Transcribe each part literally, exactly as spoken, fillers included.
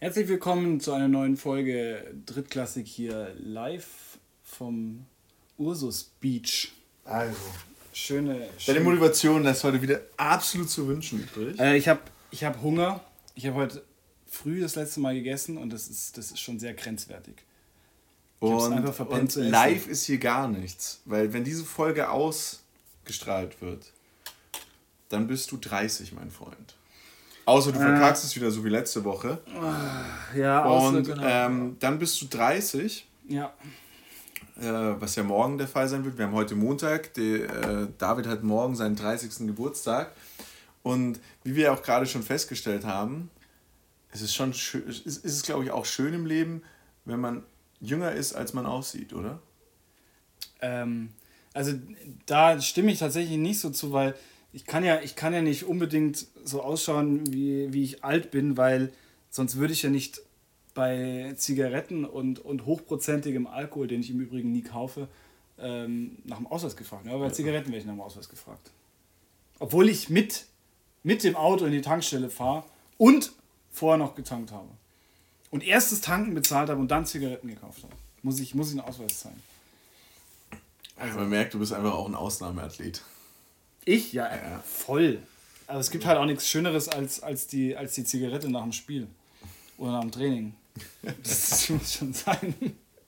Herzlich willkommen zu einer neuen Folge Drittklassik hier live vom Ursus Beach. Also, schöne, deine schöne Motivation lässt heute wieder absolut zu wünschen übrig. Äh, ich habe ich hab Hunger. Ich habe heute früh das letzte Mal gegessen und das ist, das ist schon sehr grenzwertig. Ich hab's Und, einfach verpennt und zu essen. live ist hier gar nichts, weil wenn diese Folge ausgestrahlt wird, dann bist du dreißig, mein Freund. Außer du verkackst äh, es wieder so wie letzte Woche. Ja, außer, Und genau. ähm, dann bist du dreißig. Ja. Äh, was ja morgen der Fall sein wird. Wir haben heute Montag. Die, äh, David hat morgen seinen dreißigsten Geburtstag. Und wie wir auch gerade schon festgestellt haben, es ist schon schön, ist, ist es glaube ich auch schön im Leben, wenn man jünger ist, als man aussieht, oder? Ähm, also da stimme ich tatsächlich nicht so zu, weil ich kann ja, ich kann ja nicht unbedingt so ausschauen, wie, wie ich alt bin, weil sonst würde ich ja nicht bei Zigaretten und, und hochprozentigem Alkohol, den ich im Übrigen nie kaufe, ähm, nach dem Ausweis gefragt. Aber bei Zigaretten werde ich nach dem Ausweis gefragt. Obwohl ich mit, mit dem Auto in die Tankstelle fahre und vorher noch getankt habe. Und erst das Tanken bezahlt habe und dann Zigaretten gekauft habe. Muss ich, muss ich einen Ausweis zeigen. Also man merkt, du bist einfach auch ein Ausnahmeathlet. Ich? Ja, ja, voll. Aber es gibt halt auch nichts Schöneres als, als, die, als die Zigarette nach dem Spiel. Oder nach dem Training. Das muss schon sein.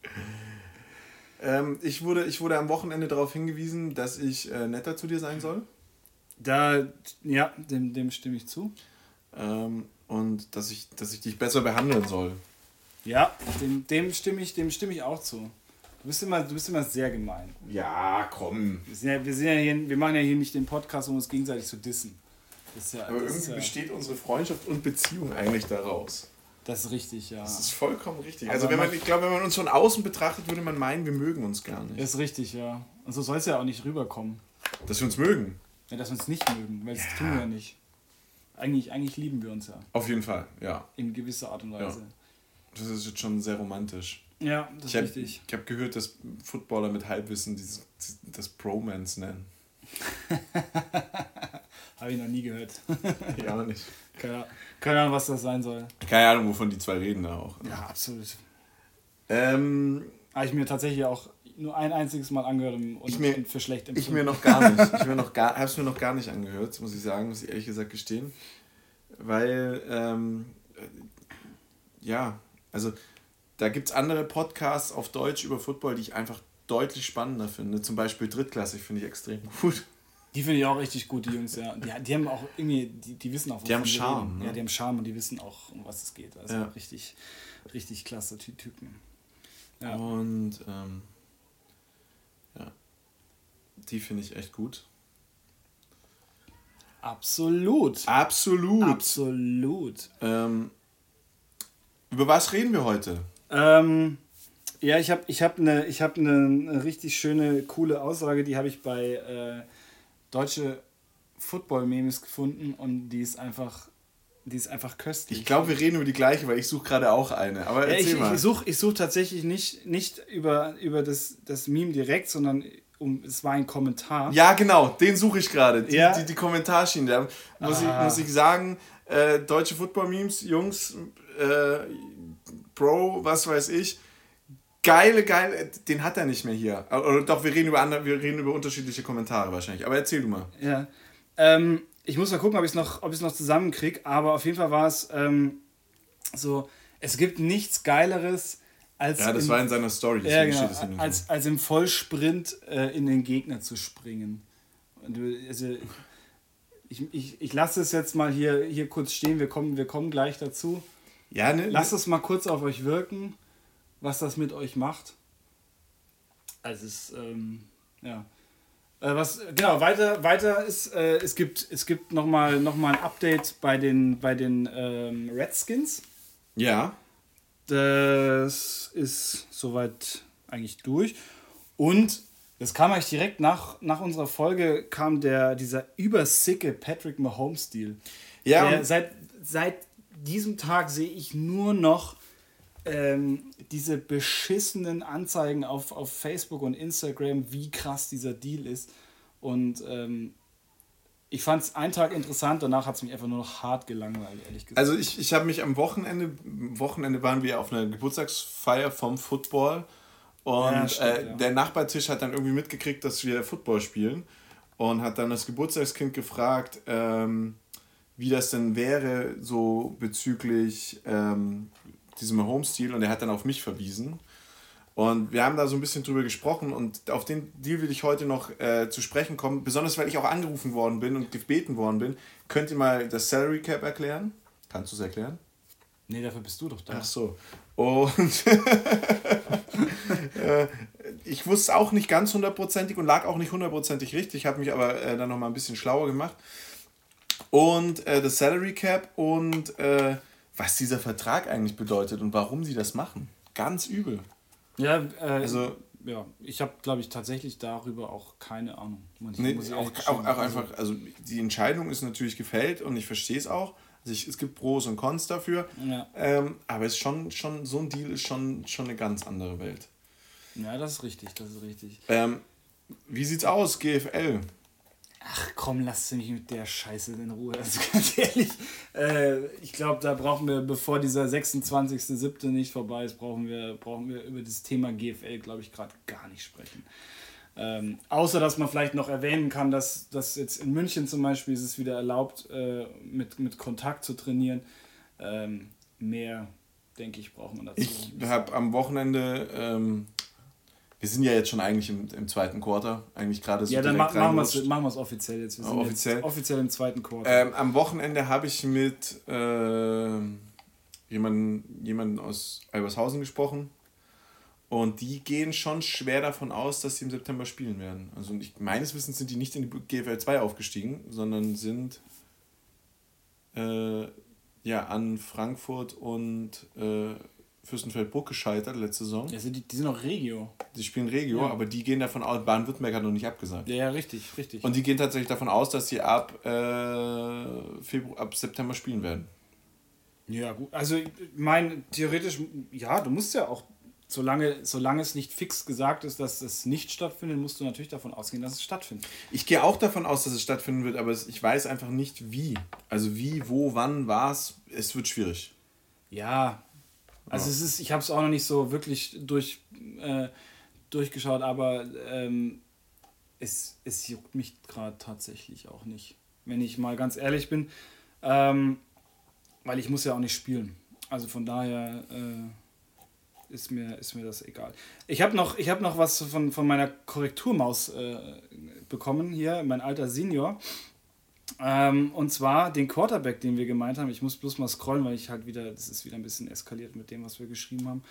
Ähm, ich, wurde, ich wurde am Wochenende darauf hingewiesen, dass ich äh, netter zu dir sein soll. Da, ja, dem, dem stimme ich zu. Ähm, und dass ich, dass ich dich besser behandeln soll. Ja, dem, dem, stimme ich, dem stimme ich auch zu. Du bist immer, du bist immer sehr gemein. Ja, komm. Wir, sind ja, wir, sind ja hier, wir machen ja hier nicht den Podcast, um uns gegenseitig zu dissen. Das ist ja, Aber das irgendwie ist ja, besteht unsere Freundschaft und Beziehung eigentlich daraus. Das ist richtig, ja. Das ist vollkommen richtig. Aber Also wenn man, man, ich glaube, wenn man uns von außen betrachtet, würde man meinen, wir mögen uns gar nicht. Das ist richtig, ja. Und so soll es ja auch nicht rüberkommen. Dass wir uns mögen. Ja, dass wir uns nicht mögen, weil das Ja. tun wir ja nicht. Eigentlich, eigentlich lieben wir uns ja. Auf jeden Fall, ja. In gewisser Art und Weise. Ja. Das ist jetzt schon sehr romantisch. Ja, das ist ich hab, richtig. Ich habe gehört, dass Footballer mit Halbwissen dieses, das Bromance nennen. Habe ich noch nie gehört. Ja, auch nicht. Keine, keine Ahnung, was das sein soll. Keine Ahnung, wovon die zwei reden da auch. Ja, absolut. Ähm, Habe ich mir tatsächlich auch nur ein einziges Mal angehört und, ich mir, und für schlecht empfunden. Ich mir noch gar nicht. Ich habe es mir noch gar nicht angehört, muss ich sagen, muss ich ehrlich gesagt gestehen. Weil, ähm, ja, also da gibt es andere Podcasts auf Deutsch über Football, die ich einfach deutlich spannender finde. Zum Beispiel Drittklassik finde ich extrem gut. Die finde ich auch richtig gut, die Jungs, ja. Die, die haben auch irgendwie, die, die wissen auch, die haben Charme. Ne? Ja, die haben Charme und die wissen auch, um was es geht. Also ja. richtig, richtig klasse Typen. Ja. Und ähm, ja, die finde ich echt gut. Absolut. Absolut. Absolut. Ähm, über was reden wir heute? Ähm, ja, ich habe ich hab eine ich hab ne, ne richtig schöne, coole Aussage, die habe ich bei äh, deutsche Football-Memes gefunden und die ist einfach, die ist einfach köstlich. Ich glaube, wir reden über die gleiche, weil ich suche gerade auch eine. Aber ja, erzähl ich, mal. Ich suche ich such tatsächlich nicht, nicht über, über das, das Meme direkt, sondern um, es war ein Kommentar. Ja, genau, den suche ich gerade. Die, ja? die, die Kommentarschiene. Da muss, ich, muss ich sagen, äh, deutsche Football-Memes, Jungs, äh, Bro, was weiß ich. Geile, geile, den hat er nicht mehr hier. Oder doch, wir reden über andere, wir reden über unterschiedliche Kommentare wahrscheinlich. Aber erzähl du mal. Ja. Ähm, ich muss mal gucken, ob ich es noch, ob ich es noch zusammenkriege, aber auf jeden Fall war es ähm, so, es gibt nichts Geileres als. Ja, das im, war in seiner Story. Ja, genau, steht das hin als, so. als im Vollsprint äh, in den Gegner zu springen. Und du, also, ich, ich, ich lasse es jetzt mal hier, hier kurz stehen, wir kommen, wir kommen gleich dazu. Ja, ne, Lasst es mal kurz auf euch wirken, was das mit euch macht. Also es ist, ähm, ja. Äh, was, genau, weiter, weiter ist, äh, es gibt, es gibt nochmal noch mal ein Update bei den, bei den ähm, Redskins. Ja. Das ist soweit eigentlich durch. Und das kam eigentlich direkt nach, nach unserer Folge, kam der, dieser übersicke Patrick Mahomes-Stil. Ja. Der, seit, seit diesem Tag sehe ich nur noch ähm, diese beschissenen Anzeigen auf, auf Facebook und Instagram, wie krass dieser Deal ist. Und ähm, ich fand es einen Tag interessant, danach hat es mich einfach nur noch hart gelangweilt, ehrlich gesagt. Also ich, ich habe mich am Wochenende, Wochenende waren wir auf einer Geburtstagsfeier vom Football und ja, stimmt, äh, ja. der Nachbartisch hat dann irgendwie mitgekriegt, dass wir Football spielen und hat dann das Geburtstagskind gefragt, ähm, wie das denn wäre, so bezüglich ähm, diesem Homestil, und er hat dann auf mich verwiesen. Und wir haben da so ein bisschen drüber gesprochen und auf den Deal will ich heute noch äh, zu sprechen kommen, besonders weil ich auch angerufen worden bin und gebeten worden bin. Könnt ihr mal das Salary Cap erklären? Kannst du es erklären? Nee, dafür bist du doch da. Ach so. Und äh, ich wusste auch nicht ganz hundertprozentig und lag auch nicht hundertprozentig richtig, habe mich aber äh, dann nochmal ein bisschen schlauer gemacht. Und äh, das Salary Cap und äh, was dieser Vertrag eigentlich bedeutet und warum sie das machen. Ganz übel. Ja, äh, also ja, ich habe, glaube ich, tatsächlich darüber auch keine Ahnung. Muss, nee, muss auch, auch, auch einfach, also die Entscheidung ist natürlich gefällt und ich verstehe es auch. Also ich, es gibt Pros und Cons dafür, ja. ähm, aber es ist schon, schon, so ein Deal ist schon, schon eine ganz andere Welt. Ja, das ist richtig, das ist richtig. Ähm, wie sieht's aus, G F L? Ach komm, lasst mich mit der Scheiße in Ruhe. Also ganz ehrlich, äh, ich glaube, da brauchen wir, bevor dieser sechsundzwanzigster siebte nicht vorbei ist, brauchen wir, brauchen wir über das Thema G F L, glaube ich, gerade gar nicht sprechen. Ähm, außer, dass man vielleicht noch erwähnen kann, dass, dass jetzt in München zum Beispiel ist es wieder erlaubt, äh, mit, mit Kontakt zu trainieren. Ähm, mehr, denke ich, braucht man dazu. Ich habe am Wochenende... Ähm Wir sind ja jetzt schon eigentlich im, im zweiten Quarter, eigentlich gerade so. Ja, dann ma- machen wir es machen offiziell jetzt. Wir sind offiziell. Jetzt offiziell im zweiten Quarter. Ähm, am Wochenende habe ich mit äh, jemandem jemanden aus Albershausen gesprochen und die gehen schon schwer davon aus, dass sie im September spielen werden. Also ich, meines Wissens sind die nicht in die G F L zwei aufgestiegen, sondern sind äh, ja, an Frankfurt und äh, Fürstenfeldbruck gescheitert letzte Saison. Ja, die, die sind auch Regio. Die spielen Regio, ja. Aber die gehen davon aus, Baden-Württemberg hat noch nicht abgesagt. Ja, ja, richtig, richtig. Und die gehen tatsächlich davon aus, dass sie ab, äh, Februar, ab September spielen werden. Ja, gut. Also, ich meine, theoretisch, ja, du musst ja auch, solange, solange es nicht fix gesagt ist, dass es nicht stattfindet, musst du natürlich davon ausgehen, dass es stattfindet. Ich gehe auch davon aus, dass es stattfinden wird, aber ich weiß einfach nicht, wie. Also wie, wo, wann, was. Es wird schwierig. Ja, also es ist, ich habe es auch noch nicht so wirklich durch, äh, durchgeschaut, aber ähm, es, es juckt mich gerade tatsächlich auch nicht, wenn ich mal ganz ehrlich bin, ähm, weil ich muss ja auch nicht spielen. Also von daher äh, ist, mir, ist mir das egal. Ich habe noch, ich hab noch was von, von meiner Korrekturmaus äh, bekommen hier, mein alter Senior. Ähm, und zwar den Quarterback, den wir gemeint haben. Ich muss bloß mal scrollen, weil ich halt wieder, das ist wieder ein bisschen eskaliert mit dem, was wir geschrieben haben.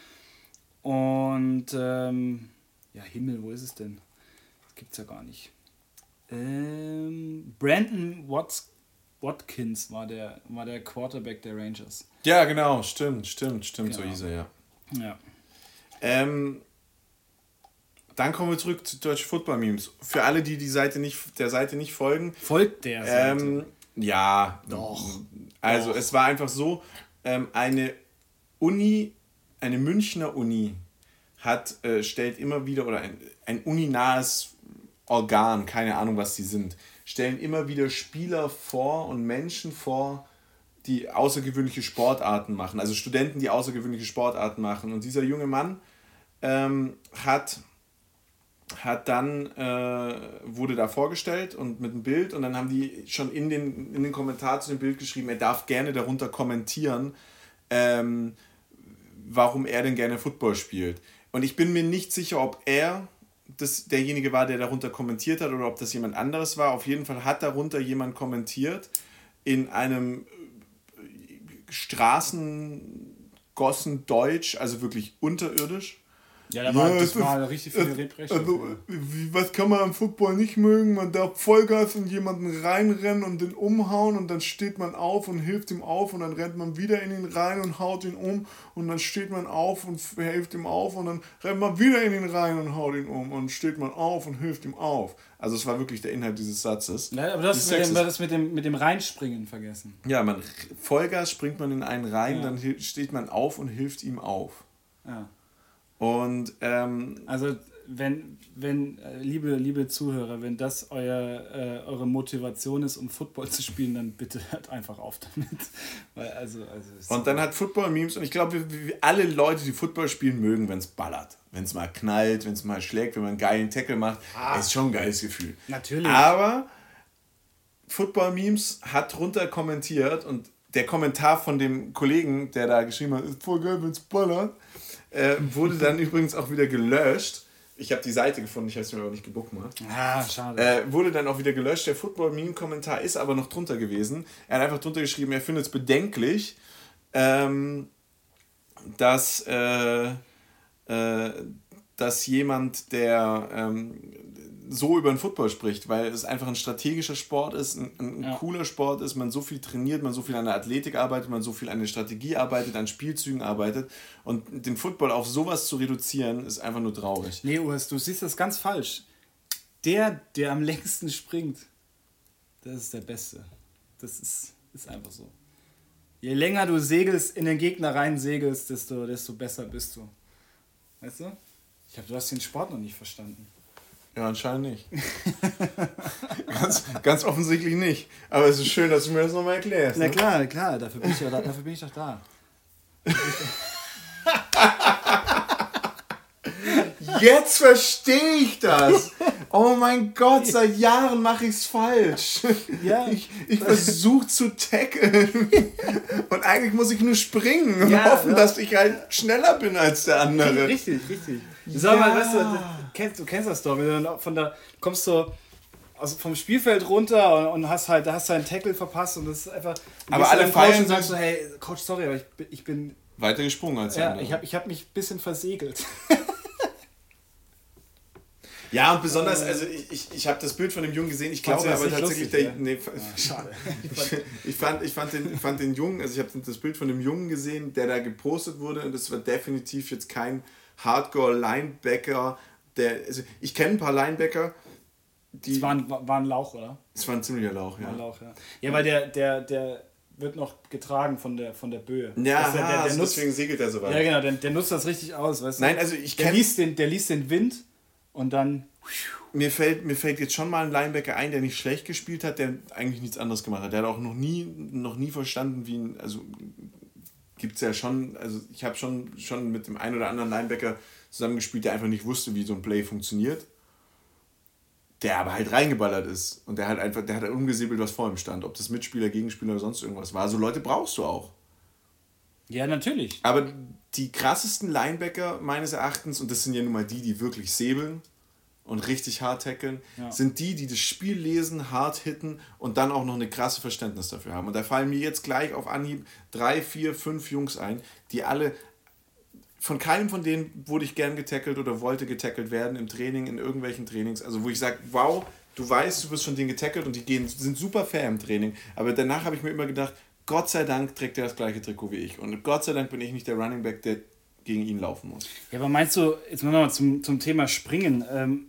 Und ähm, ja, Himmel, wo ist es denn? Das gibt's ja gar nicht. Ähm, Brandon Watts, Watkins war der, war der Quarterback der Rangers. Ja, genau, stimmt, stimmt, stimmt, genau. So hieß er, ja. Ja. Ähm, Dann kommen wir zurück zu Deutsche Football Memes. Für alle, die, die Seite nicht, der Seite nicht folgen. Folgt der Seite? Ähm, ja. Doch. Also Doch. Es war einfach so, ähm, eine Uni, eine Münchner Uni hat, äh, stellt immer wieder, oder ein, ein uninahes Organ, keine Ahnung, was die sind, stellen immer wieder Spieler vor und Menschen vor, die außergewöhnliche Sportarten machen. Also Studenten, die außergewöhnliche Sportarten machen. Und dieser junge Mann ähm, hat... hat dann, äh, wurde da vorgestellt und mit einem Bild und dann haben die schon in den, in den Kommentar zu dem Bild geschrieben, er darf gerne darunter kommentieren, ähm, warum er denn gerne Football spielt. Und ich bin mir nicht sicher, ob er das derjenige war, der darunter kommentiert hat oder ob das jemand anderes war. Auf jeden Fall hat darunter jemand kommentiert in einem Straßengossen Deutsch, also wirklich unterirdisch. Ja, da war, ja, das war ist, richtig viel Repression. Also, was kann man am Football nicht mögen? Man darf Vollgas in jemanden reinrennen und den umhauen und dann steht man auf und hilft ihm auf und dann rennt man wieder in ihn rein und haut ihn um und dann steht man auf und hilft ihm auf und dann rennt man wieder in ihn rein und haut ihn um und steht man auf und hilft ihm auf. Also es war wirklich der Inhalt dieses Satzes. Ja, aber das, mit dem, das mit dem, mit dem Reinspringen vergessen. Ja, man Vollgas springt man in einen rein, ja. Dann steht man auf und hilft ihm auf. Ja. Und ähm, also wenn, wenn äh, liebe, liebe Zuhörer, wenn das euer, äh, eure Motivation ist, um Football zu spielen, dann bitte hört einfach auf damit. Weil also, also und dann hat Football Memes und ich glaube, wir, wir alle Leute, die Football spielen, mögen, wenn es ballert. Wenn es mal knallt, wenn es mal schlägt, wenn man einen geilen Tackle macht, ah, ist schon ein geiles Gefühl. Natürlich. Aber Football Memes hat drunter kommentiert und der Kommentar von dem Kollegen, der da geschrieben hat, ist voll geil, wenn es ballert, äh, wurde dann übrigens auch wieder gelöscht. Ich habe die Seite gefunden, ich habe es mir aber nicht gebookmarkt. Ah, schade. Äh, wurde dann auch wieder gelöscht. Der Football-Meme-Kommentar ist aber noch drunter gewesen. Er hat einfach drunter geschrieben, er findet es bedenklich, ähm, dass, äh, äh, dass jemand, der ähm, so über den Football spricht, weil es einfach ein strategischer Sport ist, ein, ein ja. cooler Sport ist, man so viel trainiert, man so viel an der Athletik arbeitet, man so viel an der Strategie arbeitet, an Spielzügen arbeitet und den Football auf sowas zu reduzieren, ist einfach nur traurig. Nee, Urs, du siehst das ganz falsch. Der, der am längsten springt, das ist der Beste. Das ist, ist einfach so. Je länger du segelst, in den Gegner rein segelst, desto, desto besser bist du. Weißt du? Ich glaube, du hast den Sport noch nicht verstanden. Ja, anscheinend nicht. ganz, ganz offensichtlich nicht. Aber es ist schön, dass du mir das nochmal erklärst. Na ne? klar, klar, dafür bin ich, ja, dafür bin ich doch da. Jetzt verstehe ich das. Oh mein Gott, seit Jahren mache ich es falsch. Ja. Ich, ich versuche zu tackeln. Und eigentlich muss ich nur springen und ja, hoffen, ja. dass ich halt schneller bin als der andere. Richtig, richtig. Sag mal, ja. weißt du, du kennst, du kennst das doch. Wenn du von da kommst du also vom Spielfeld runter und, und hast halt, da hast du einen Tackle verpasst und das ist einfach. Aber alle feiern und sagst so, hey, Coach, sorry, aber ich, ich bin weiter gesprungen als ja, ich habe ich hab mich ein bisschen versegelt. Ja, und besonders, also ich, ich, ich habe das Bild von dem Jungen gesehen, ich glaube aber tatsächlich, lustig, der, ja? nee, ja, schade. ich, ich, fand, ich, fand den, ich fand den Jungen, also ich habe das Bild von dem Jungen gesehen, der da gepostet wurde und das war definitiv jetzt kein Hardcore-Linebacker, der, also ich kenne ein paar Linebacker, die... Es war ein, war ein Lauch, oder? Es war ein ziemlicher Lauch, ja. Ein Lauch, ja. Ja, weil der, der, der wird noch getragen von der, von der Böe. Ja, der, der, der also nutzt, deswegen segelt er so weit. Ja, genau, der, der nutzt das richtig aus, weißt du? Nein, also ich kenne... Der liest den, der liest den Wind und dann... Mir fällt, mir fällt jetzt schon mal ein Linebacker ein, der nicht schlecht gespielt hat, der eigentlich nichts anderes gemacht hat. Der hat auch noch nie, noch nie verstanden, wie ein, also gibt es ja schon, also ich habe schon, schon mit dem einen oder anderen Linebacker zusammengespielt, der einfach nicht wusste, wie so ein Play funktioniert. Der aber halt reingeballert ist und der hat einfach, der hat halt umgesäbelt, was vor ihm stand. Ob das Mitspieler, Gegenspieler oder sonst irgendwas war. So Leute brauchst du auch. Ja, natürlich. Aber die krassesten Linebacker meines Erachtens, und das sind ja nun mal die, die wirklich säbeln und richtig hart tackeln, ja. sind die, die das Spiel lesen, hart hitten und dann auch noch eine krasse Verständnis dafür haben. Und da fallen mir jetzt gleich auf Anhieb drei, vier, fünf Jungs ein, die alle, von keinem von denen wurde ich gern getackelt oder wollte getackelt werden im Training, in irgendwelchen Trainings, also wo ich sage, wow, du weißt, du wirst von denen getackelt und die gehen, sind super fair im Training, aber danach habe ich mir immer gedacht, Gott sei Dank trägt er das gleiche Trikot wie ich und Gott sei Dank bin ich nicht der Running Back, der gegen ihn laufen muss. Ja, aber meinst du, jetzt mal zum, zum Thema Springen, ähm,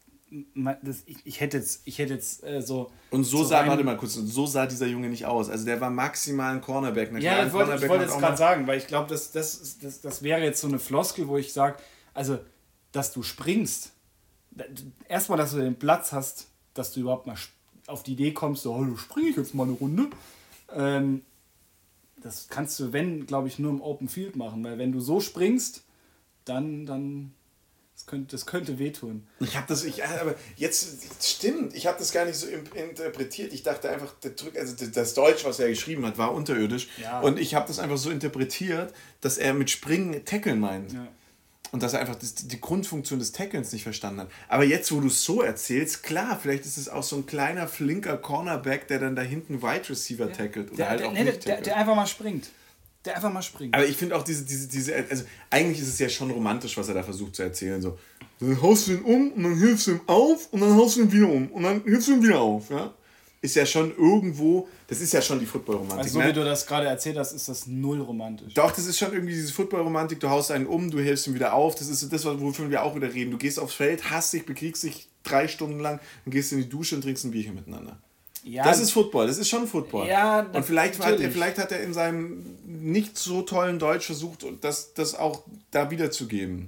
Das, ich, ich hätte jetzt, ich hätte jetzt äh, so... Und so, so sah, warte mal kurz, so sah dieser Junge nicht aus. Also der war maximal ein Cornerback. Eine ja, das wollte, ich wollte jetzt gerade sagen, weil ich glaube, das, das, das, das wäre jetzt so eine Floskel, wo ich sage, also, dass du springst, erstmal, dass du den Platz hast, dass du überhaupt mal auf die Idee kommst, so, oh, springe ich jetzt mal eine Runde. Ähm, das kannst du, wenn, glaube ich, nur im Open Field machen, weil wenn du so springst, dann... dann Das könnte, das könnte wehtun. Ich habe das, ich, aber jetzt stimmt, ich habe das gar nicht so interpretiert. Ich dachte einfach, der Drück, also das Deutsch, was er geschrieben hat, war unterirdisch. Ja. Und ich habe das einfach so interpretiert, dass er mit Springen Tackeln meint. Ja. Und dass er einfach das, die Grundfunktion des Tackelns nicht verstanden hat. Aber jetzt, wo du es so erzählst, klar, vielleicht ist es auch so ein kleiner, flinker Cornerback, der dann da hinten Wide Receiver ja. tackelt. Oder der, halt der, auch nee, nicht der, der einfach mal springt. Der einfach mal springt. Aber ich finde auch diese, diese, diese, also eigentlich ist es ja schon romantisch, was er da versucht zu erzählen. So, dann haust du ihn um und dann hilfst du ihm auf und dann haust du ihn wieder um und dann hilfst du ihm wieder auf. Ja? Ist ja schon irgendwo, das ist ja schon die Football-Romantik. Also so ne? Wie du das gerade erzählt hast, ist das null romantisch. Doch, das ist schon irgendwie diese Football-Romantik, du haust einen um, du hilfst ihm wieder auf. Das ist das, wovon wir auch wieder reden. Du gehst aufs Feld, hasst dich, bekriegst dich drei Stunden lang, dann gehst du in die Dusche und trinkst ein Bierchen miteinander. Ja, das ist Football, das ist schon Football. Ja, und vielleicht hat, er, vielleicht hat er in seinem nicht so tollen Deutsch versucht, das, das auch da wiederzugeben.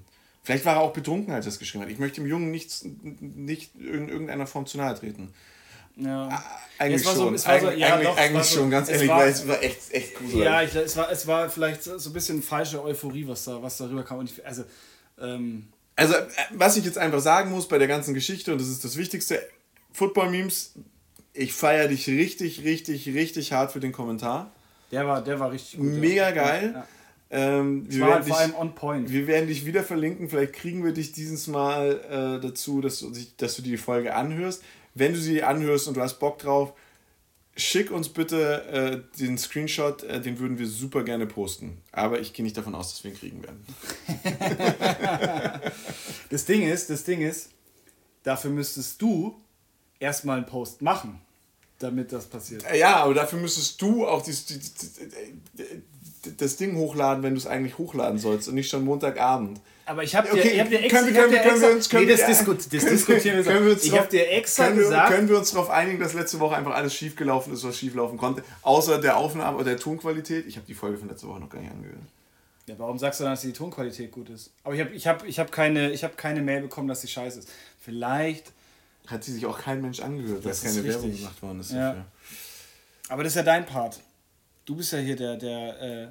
Vielleicht war er auch betrunken, als er es geschrieben hat. Ich möchte dem Jungen nichts, nicht in irgendeiner Form zu nahe treten. Ja. Eigentlich so, schon, so, eigentlich, ja, eigentlich, doch, eigentlich so, schon, ganz ehrlich, war, weil es war echt, echt gruselig. Ja, ich, es, war, es war vielleicht so ein bisschen falsche Euphorie, was da was darüber kam. Und ich, also, ähm, also, was ich jetzt einfach sagen muss bei der ganzen Geschichte, und das ist das Wichtigste, Football-Memes, ich feiere dich richtig, richtig, richtig hart für den Kommentar. Der war, der war richtig gut. Mega ja. geil. Ja. Ähm, wir war werden halt vor dich, allem on point. Wir werden dich wieder verlinken. Vielleicht kriegen wir dich dieses Mal äh, dazu, dass du, dass du dir die Folge anhörst. Wenn du sie anhörst und du hast Bock drauf, schick uns bitte äh, den Screenshot, äh, den würden wir super gerne posten. Aber ich gehe nicht davon aus, dass wir ihn kriegen werden. Das Ding ist, das Ding ist, dafür müsstest du erstmal einen Post machen, damit das passiert. Ja, aber dafür müsstest du auch die, die, die, das Ding hochladen, wenn du es eigentlich hochladen sollst und nicht schon Montagabend. Aber ich habe dir, okay, ich hab dir extra... Können, können, ich hab dir können extra wir uns... Können, nee, das, ja, diskut, das können, diskutieren wir können wir uns Ich drauf, habe dir extra können wir, gesagt... Können wir uns darauf einigen, dass letzte Woche einfach alles schiefgelaufen ist, was schieflaufen konnte? Außer der Aufnahme oder der Tonqualität. Ich habe die Folge von letzter Woche noch gar nicht angehört. Ja, warum sagst du dann, dass die Tonqualität gut ist? Aber ich habe ich hab, ich hab keine, ich hab keine Mail bekommen, dass sie scheiße ist. Vielleicht... Hat sie sich auch kein Mensch angehört, weil Das keine ist Werbung richtig. gemacht worden ist. Ja. Dafür. Aber das ist ja dein Part. Du bist ja hier der, der, äh,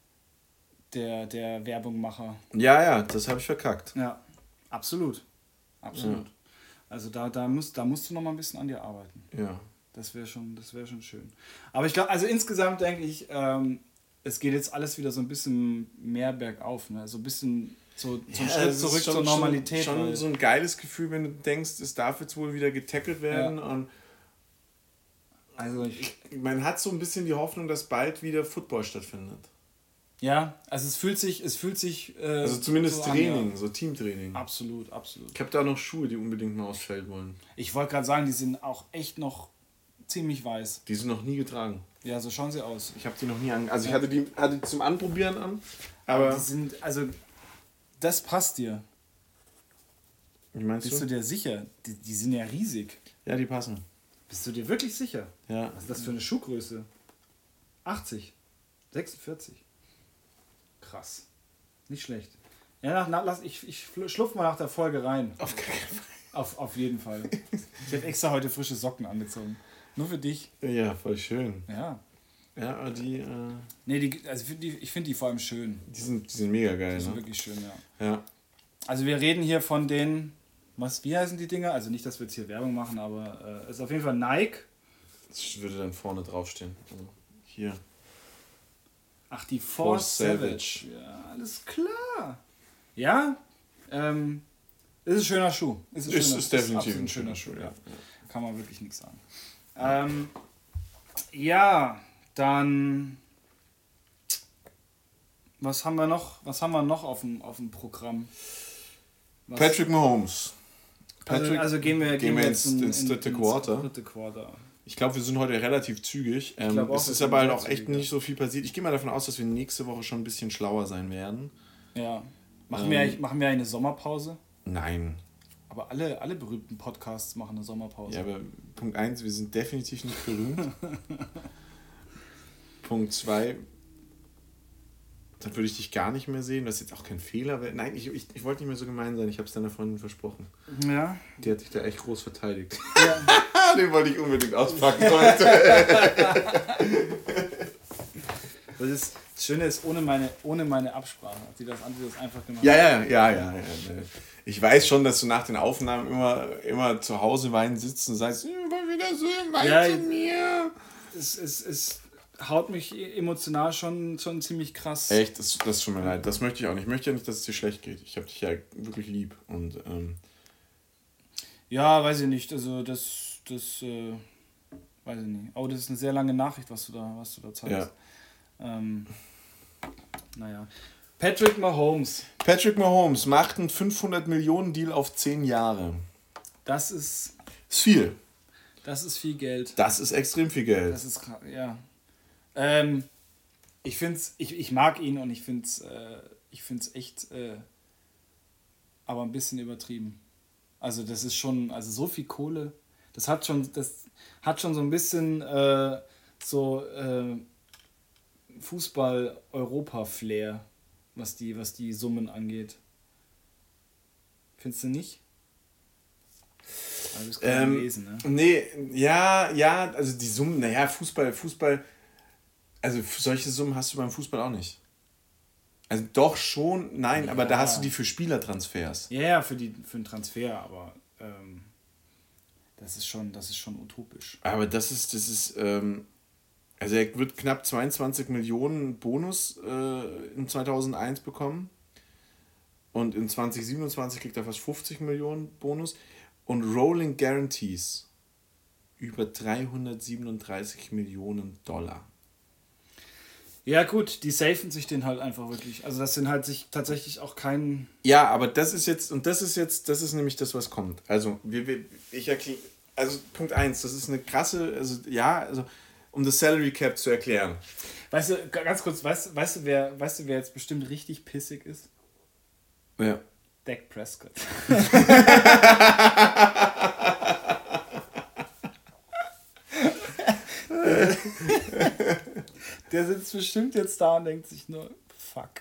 der, der Werbungmacher. Ja, ja, das habe ich verkackt. Ja, absolut. Absolut. Ja. Also da, da, musst, da musst du noch mal ein bisschen an dir arbeiten. Ja. Das wäre schon, das wäre schon schön. Aber ich glaube, also insgesamt denke ich, ähm, es geht jetzt alles wieder so ein bisschen mehr bergauf. Ne? So ein bisschen so zum Ja, Schritt es ist zurück schon, zur Normalität. Schon, schon weil- so ein geiles Gefühl, wenn du denkst, es darf jetzt wohl wieder getackelt werden. Ja. Und also ich, man hat so ein bisschen die Hoffnung, dass bald wieder Football stattfindet. ja, also es fühlt sich, es fühlt sich. Äh, Also zumindest so an, Training, ja. so Teamtraining. Absolut, absolut. Ich habe da noch Schuhe, die unbedingt mal aufs Feld wollen. Ich wollte gerade sagen, die sind auch echt noch ziemlich weiß. Die sind noch nie getragen. Ja, so schauen sie aus. Ich habe die noch nie an. Also ich hatte die hatte die zum Anprobieren an, aber Die sind, also das passt dir. wie meinst Bist du? du dir sicher? Die, die sind ja riesig. Ja, die passen. Bist du dir wirklich sicher? Ja. Was ist das für eine Schuhgröße? achtzig, sechsundvierzig. Krass. Nicht schlecht. Ja, nach, nach, lass, ich, ich schlupf mal nach der Folge rein. Auf gar keinen Fall. Auf, auf jeden Fall. Ich habe extra heute frische Socken angezogen. Nur für dich. Ja, voll schön. Ja. Ja, aber die, äh, Nee, die, also ich finde die, ich find die vor allem schön. die, sind, die sind mega geil. Die sind Ne? wirklich schön, ja. Ja. Also wir reden hier von den, was, wie heißen die Dinger? Also nicht, dass wir jetzt hier Werbung machen, aber es äh, ist auf jeden Fall Nike. Das würde dann vorne draufstehen. Also hier. Ach, die Force, Force Savage. Savage. Ja, alles klar. Ja, ähm, ist ein schöner Schuh. Ist, ein Ist- schöner, ist definitiv absolut ein ein schöner schöner Schuh, Schuh, ja. ja. Kann man wirklich nichts sagen. Ähm, ja, dann was haben wir noch? Was haben wir noch auf dem, auf dem Programm? Was, Patrick Mahomes. also, also gehen wir, gehen wir ins, in- ins in- dritte ins Quarter. dritte Quarter. Ich glaube, wir sind heute relativ zügig. Ähm, glaub auch, es wir ist sind aber halt sehr auch echt zügig, nicht so viel passiert. Ich gehe mal davon aus, dass wir nächste Woche schon ein bisschen schlauer sein werden. Ja. Machen, Ähm, wir, eigentlich- machen wir eine Sommerpause? Nein. Aber alle, alle berühmten Podcasts machen eine Sommerpause. Ja, aber Punkt eins, wir sind definitiv nicht berühmt. Punkt zwei, dann würde ich dich gar nicht mehr sehen, was jetzt auch kein Fehler wäre. Nein, ich, ich, ich wollte nicht mehr so gemein sein, ich habe es deiner Freundin versprochen. Ja. Die hat dich da echt groß verteidigt. ja. Den wollte ich unbedingt auspacken heute. Das, ist, das Schöne ist, ohne meine, ohne meine Absprache hat sie das, hat sie das einfach gemacht. Ja, ja, ja, ja, ja. Ich weiß schon, dass du nach den Aufnahmen immer, immer zu Hause weinen sitzt und sagst, immer wieder so, wein Ja, zu mir. Es, es, es haut mich emotional schon, schon ziemlich krass. Echt, das, das tut mir leid. Das möchte ich auch nicht. Ich möchte ja nicht, dass es dir schlecht geht. Ich habe dich ja wirklich lieb. Und ähm, Ja, weiß ich nicht. Also das, das, äh, weiß ich nicht. Oh, das ist eine sehr lange Nachricht, was du da, was du da zeigst. ja. Ähm, naja. Patrick Mahomes. Patrick Mahomes macht einen fünfhundert Millionen Deal auf zehn Jahre. Das ist, Ist viel. das ist viel Geld. Das ist extrem viel Geld. Das ist krass, ja. Ähm, ich find's, ich, ich mag ihn und ich find's, äh, ich find's echt, äh, aber ein bisschen übertrieben. Also das ist schon, also so viel Kohle, das hat schon, das hat schon so ein bisschen äh, so äh, Fußball-Europa-Flair, was die, was die Summen angeht. Findest du nicht? Also ähm, gelesen, ne? Nee, ja, ja, also die Summen, naja, Fußball, Fußball, also solche Summen hast du beim Fußball auch nicht. Also doch schon, nein, ja. aber da hast du die für Spielertransfers. Ja, ja, für, die, für den Transfer, aber ähm, das ist schon, das ist schon utopisch. Aber das ist, das ist, ähm, also er wird knapp zweiundzwanzig Millionen Bonus äh, in zweitausendeins bekommen und in zwanzig siebenundzwanzig kriegt er fast fünfzig Millionen Bonus und Rolling Guarantees über dreihundertsiebenunddreißig Millionen Dollar. Ja gut, die safen sich den halt einfach wirklich. Also das sind halt sich tatsächlich auch kein... Ja, aber das ist jetzt, und das ist jetzt, das ist nämlich das, was kommt. Also, wir, wir, ich erkläre, also Punkt eins, das ist eine krasse, also ja, also um das Salary Cap zu erklären. Weißt du, ganz kurz, weißt, weißt, du, wer, weißt du, wer jetzt bestimmt richtig pissig ist? Ja. Dak Prescott. Der sitzt bestimmt jetzt da und denkt sich nur, fuck.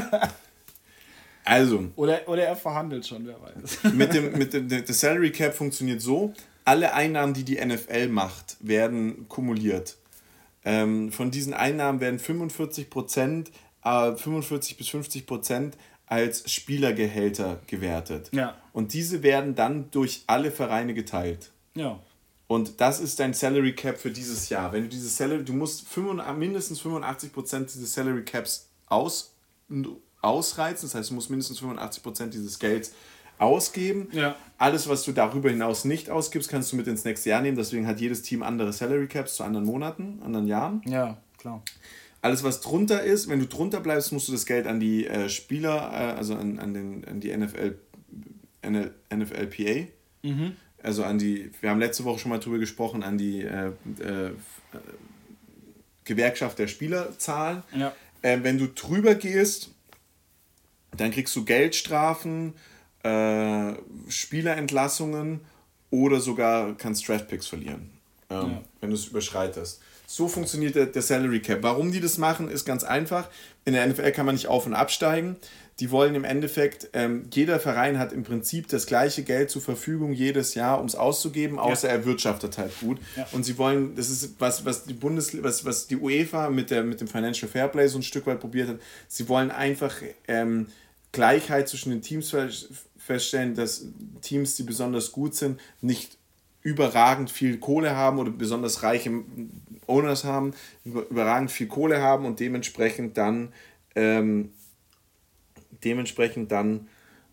Also. Oder, oder er verhandelt schon, wer weiß. Mit dem, mit dem der Salary Cap funktioniert so, alle Einnahmen, die die N F L macht, werden kumuliert. Ähm, von diesen Einnahmen werden fünfundvierzig Prozent, äh, fünfundvierzig bis fünfzig Prozent als Spielergehälter gewertet. Ja. Und diese werden dann durch alle Vereine geteilt. Ja. Und das ist dein Salary Cap für dieses Jahr. Wenn du diese Salary, du musst mindestens fünfundachtzig Prozent dieses Salary Caps aus, ausreizen. Das heißt, du musst mindestens fünfundachtzig Prozent dieses Gelds ausgeben. Ja. Alles, was du darüber hinaus nicht ausgibst, kannst du mit ins nächste Jahr nehmen. Deswegen hat jedes Team andere Salary Caps zu anderen Monaten, anderen Jahren. Ja, klar. Alles, was drunter ist, wenn du drunter bleibst, musst du das Geld an die äh, Spieler, äh, also an, an, den, an die N F L, N F L P A, mhm. also an die, wir haben letzte Woche schon mal drüber gesprochen, an die äh, äh, Gewerkschaft der Spieler zahlen. Ja. Äh, wenn du drüber gehst, dann kriegst du Geldstrafen, äh, Spielerentlassungen oder sogar kannst Draftpicks verlieren, ähm, ja. wenn du es überschreitest. So funktioniert der, der Salary Cap. Warum die das machen, ist ganz einfach. In der N F L kann man nicht auf- und absteigen. Die wollen im Endeffekt, ähm, jeder Verein hat im Prinzip das gleiche Geld zur Verfügung jedes Jahr, um es auszugeben, außer ja. er wirtschaftet halt gut. Ja. Und sie wollen, das ist was, was die Bundes, was, was die UEFA mit, der, mit dem Financial Fairplay so ein Stück weit probiert hat. Sie wollen einfach ähm, Gleichheit zwischen den Teams feststellen, dass Teams, die besonders gut sind, nicht überragend viel Kohle haben oder besonders reiche Owners haben, überragend viel Kohle haben und dementsprechend dann ähm, dementsprechend dann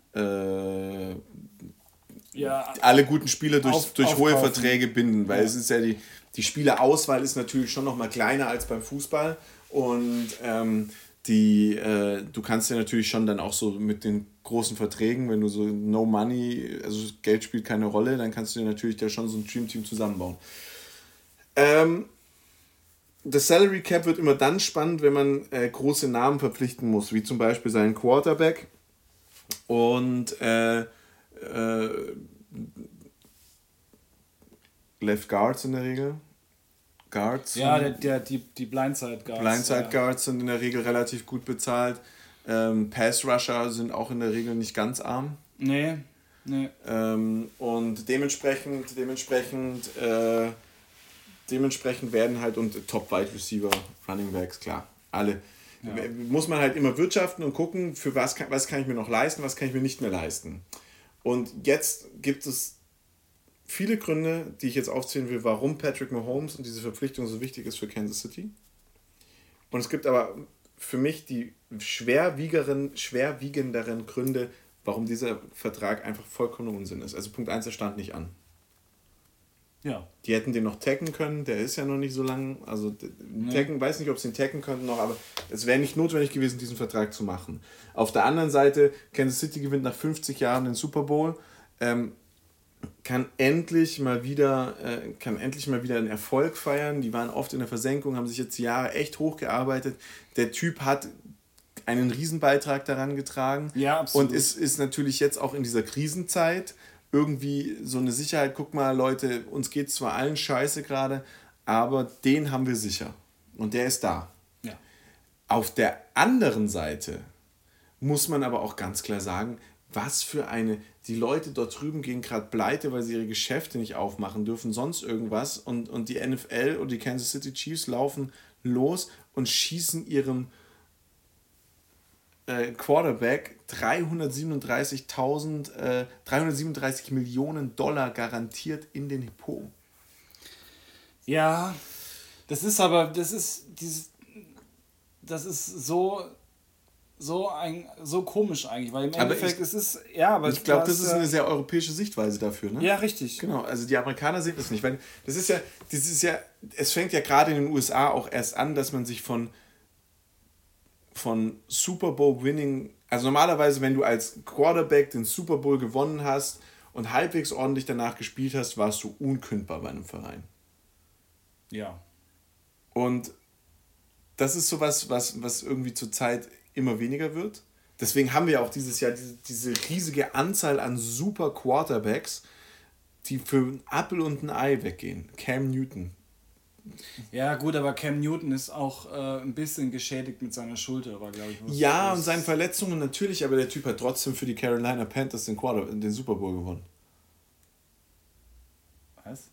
äh, ja, alle guten Spieler durch, auf, durch hohe aufkaufen. Verträge binden, weil ja. es ist ja die, die Spielerauswahl ist natürlich schon noch mal kleiner als beim Fußball und ähm, die, äh, du kannst ja natürlich schon dann auch so mit den großen Verträgen, wenn du so no money, also Geld spielt keine Rolle, dann kannst du dir natürlich da schon so ein Dream-Team zusammenbauen. Ähm, das Salary Cap wird immer dann spannend, wenn man äh, große Namen verpflichten muss, wie zum Beispiel seinen Quarterback und äh, äh, Left Guards in der Regel. Guards. Ja, der, der, die, die Blindside Guards. Blindside ja. Guards sind in der Regel relativ gut bezahlt. Ähm, Pass Rusher sind auch in der Regel nicht ganz arm. Nee, nee. Ähm, und dementsprechend, dementsprechend, äh, dementsprechend werden halt und Top Wide Receiver, Running Backs, klar, alle. Ja. Muss man halt immer wirtschaften und gucken, für was kann, was kann ich mir noch leisten, was kann ich mir nicht mehr leisten. Und jetzt gibt es viele Gründe, die ich jetzt aufzählen will, warum Patrick Mahomes und diese Verpflichtung so wichtig ist für Kansas City. Und es gibt aber für mich die schwerwiegeren, schwerwiegenderen Gründe, warum dieser Vertrag einfach vollkommen Unsinn ist. Also Punkt eins, er stand nicht an. Ja. Die hätten den noch taggen können, der ist ja noch nicht so lang. Also nee. taggen, weiß nicht, ob sie ihn taggen könnten noch, aber es wäre nicht notwendig gewesen, diesen Vertrag zu machen. Auf der anderen Seite, Kansas City gewinnt nach fünfzig Jahren den Super Bowl, ähm, kann endlich mal wieder äh, kann endlich mal wieder einen Erfolg feiern. Die waren oft in der Versenkung, haben sich jetzt die Jahre echt hochgearbeitet. Der Typ hat einen Riesenbeitrag daran getragen. Ja, absolut. Und ist, ist natürlich jetzt auch in dieser Krisenzeit irgendwie so eine Sicherheit. Guck mal, Leute, uns geht zwar allen scheiße gerade, aber den haben wir sicher. Und der ist da. Ja. Auf der anderen Seite muss man aber auch ganz klar sagen, was für eine, die Leute dort drüben gehen gerade pleite, weil sie ihre Geschäfte nicht aufmachen dürfen, sonst irgendwas und, und die N F L und die Kansas City Chiefs laufen los und schießen ihrem äh, Quarterback dreihundertsiebenunddreißigtausend, äh, dreihundertsiebenunddreißig Millionen Dollar garantiert in den Po. Ja, das ist aber, das ist dieses, das ist so, so ein, so komisch eigentlich, weil im aber Endeffekt ich, es ist, ja, aber ich glaube, das ist eine sehr europäische Sichtweise dafür, ne? Ja, richtig. Genau, also die Amerikaner sehen das nicht, weil das ist ja, das ist ja, es fängt ja gerade in den U S A auch erst an, dass man sich von von Super Bowl Winning, also normalerweise, wenn du als Quarterback den Super Bowl gewonnen hast und halbwegs ordentlich danach gespielt hast, warst du unkündbar bei einem Verein. Ja. Und das ist sowas, was, was irgendwie zur Zeit immer weniger wird. Deswegen haben wir auch dieses Jahr diese, diese riesige Anzahl an super Quarterbacks, die für einen Apfel und ein Ei weggehen. Cam Newton. Ja gut, aber Cam Newton ist auch äh, ein bisschen geschädigt mit seiner Schulter, war glaube ich. Ja, und seinen Verletzungen natürlich, aber der Typ hat trotzdem für die Carolina Panthers den, Quarter, den Super Bowl gewonnen. Was?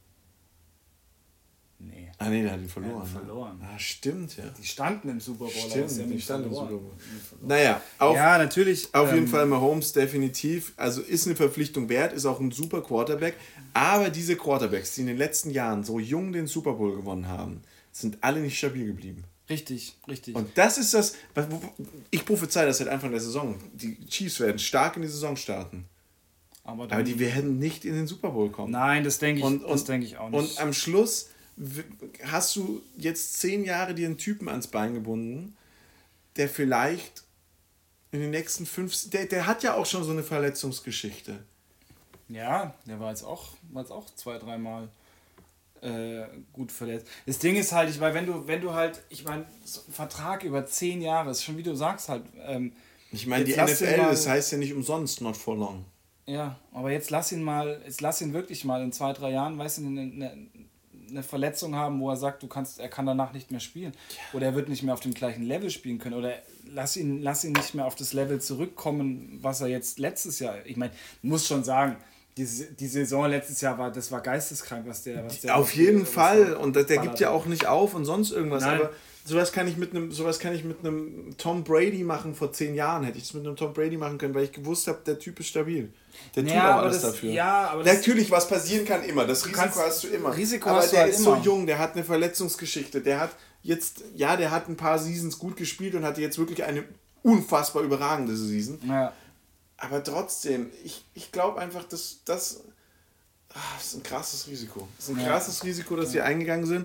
Nee. Ah nee, der hat ihn verloren. Ja, verloren. Ne? Ah, stimmt, ja. Die standen im Super Bowl. Stimmt, ja die standen im Super Bowl. Naja, auf, ja, natürlich. Auf ähm, jeden Fall Mahomes definitiv. Also ist eine Verpflichtung wert, ist auch ein super Quarterback. Aber diese Quarterbacks, die in den letzten Jahren so jung den Super Bowl gewonnen haben, sind alle nicht stabil geblieben. Richtig, richtig. Und das ist das, ich prophezei das seit Anfang der Saison. Die Chiefs werden stark in die Saison starten. Aber, Aber die werden nicht in den Super Bowl kommen. Nein, das denke ich, und, das denk ich auch nicht. Und am Schluss hast du jetzt zehn Jahre dir einen Typen ans Bein gebunden, der vielleicht in den nächsten fünf... Der, der hat ja auch schon so eine Verletzungsgeschichte. Ja, der war jetzt auch, war jetzt auch zwei, dreimal äh, gut verletzt. Das Ding ist halt, ich meine, wenn du, wenn du halt, ich meine, so ein Vertrag über zehn Jahre ist schon, wie du sagst, halt... Ähm, ich meine, die N F L, das heißt ja nicht umsonst not for long. Ja, aber jetzt lass ihn mal, jetzt lass ihn wirklich mal in zwei, drei Jahren, weißt du, eine, eine, eine Verletzung haben, wo er sagt, du kannst, er kann danach nicht mehr spielen. Ja. Oder er wird nicht mehr auf dem gleichen Level spielen können. Oder lass ihn, lass ihn nicht mehr auf das Level zurückkommen, was er jetzt letztes Jahr, ich meine, muss schon sagen, die, die Saison letztes Jahr war, das war geisteskrank, was der... Was der auf jeden Fall. Und der, der gibt ja auch nicht auf und sonst irgendwas. Nein. Aber sowas kann ich mit einem, sowas kann ich mit einem Tom Brady machen vor zehn Jahren. Hätte ich es mit einem Tom Brady machen können, weil ich gewusst habe, der Typ ist stabil. Der tut ja, auch alles das, dafür. Ja, aber natürlich, was passieren kann immer. Das Risiko hast du immer. Risiko aber der halt ist immer. so jung, der hat eine Verletzungsgeschichte. Der hat jetzt, ja, der hat ein paar Seasons gut gespielt und hatte jetzt wirklich eine unfassbar überragende Season. Ja. Aber trotzdem, ich, ich glaube einfach, dass das, das ist ein krasses Risiko. Das ist ein krasses ja. Risiko, dass ja. die eingegangen sind.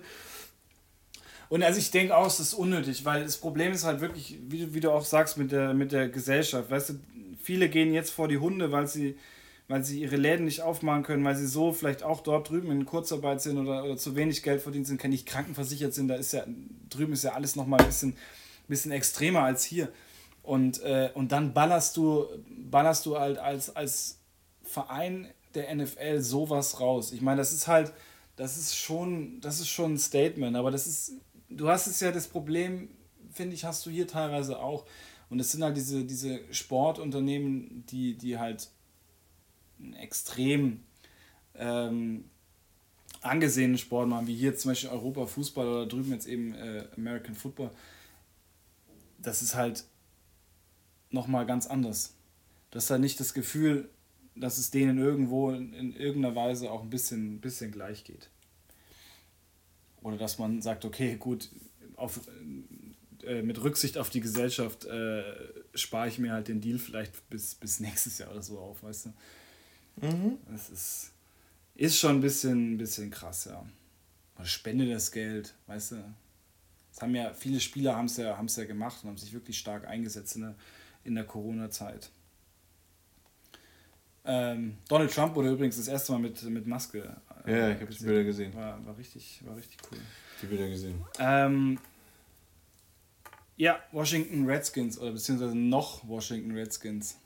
Und also ich denke auch, es ist unnötig, weil das Problem ist halt wirklich, wie du, wie du auch sagst, mit der, mit der Gesellschaft. Weißt du, viele gehen jetzt vor die Hunde, weil sie, weil sie ihre Läden nicht aufmachen können, weil sie so vielleicht auch dort drüben in Kurzarbeit sind oder, oder zu wenig Geld verdienen sind, kann nicht krankenversichert sind. Da ist ja, drüben ist ja alles nochmal ein bisschen, bisschen extremer als hier. Und, äh, und dann ballerst du, ballerst du halt als, als Verein der N F L sowas raus. Ich meine, das ist halt, das ist schon, das ist schon ein Statement, aber das ist, du hast es ja, das Problem, finde ich, hast du hier teilweise auch. Und es sind halt diese, diese Sportunternehmen, die, die halt einen extrem ähm, angesehenen Sport machen, wie hier zum Beispiel Europa Fußball oder drüben jetzt eben äh, American Football. Das ist halt nochmal ganz anders. Du hast halt nicht das Gefühl, dass es denen irgendwo in, in irgendeiner Weise auch ein bisschen, bisschen gleich geht. Oder dass man sagt, okay, gut, auf, äh, mit Rücksicht auf die Gesellschaft äh, spare ich mir halt den Deal vielleicht bis, bis nächstes Jahr oder so auf, weißt du? Mhm. Das ist, ist schon ein bisschen, ein bisschen krass, ja. Oder spende das Geld, weißt du? Das haben ja, viele Spieler haben es ja, haben es ja gemacht und haben sich wirklich stark eingesetzt in der, in der Corona-Zeit. Ähm, Donald Trump wurde übrigens das erste Mal mit, mit Maske. Äh, ja, ich habe die Bilder gesehen. War, war, richtig, war richtig cool. Die Bilder gesehen. Ähm, ja, Washington Redskins oder beziehungsweise noch Washington Redskins.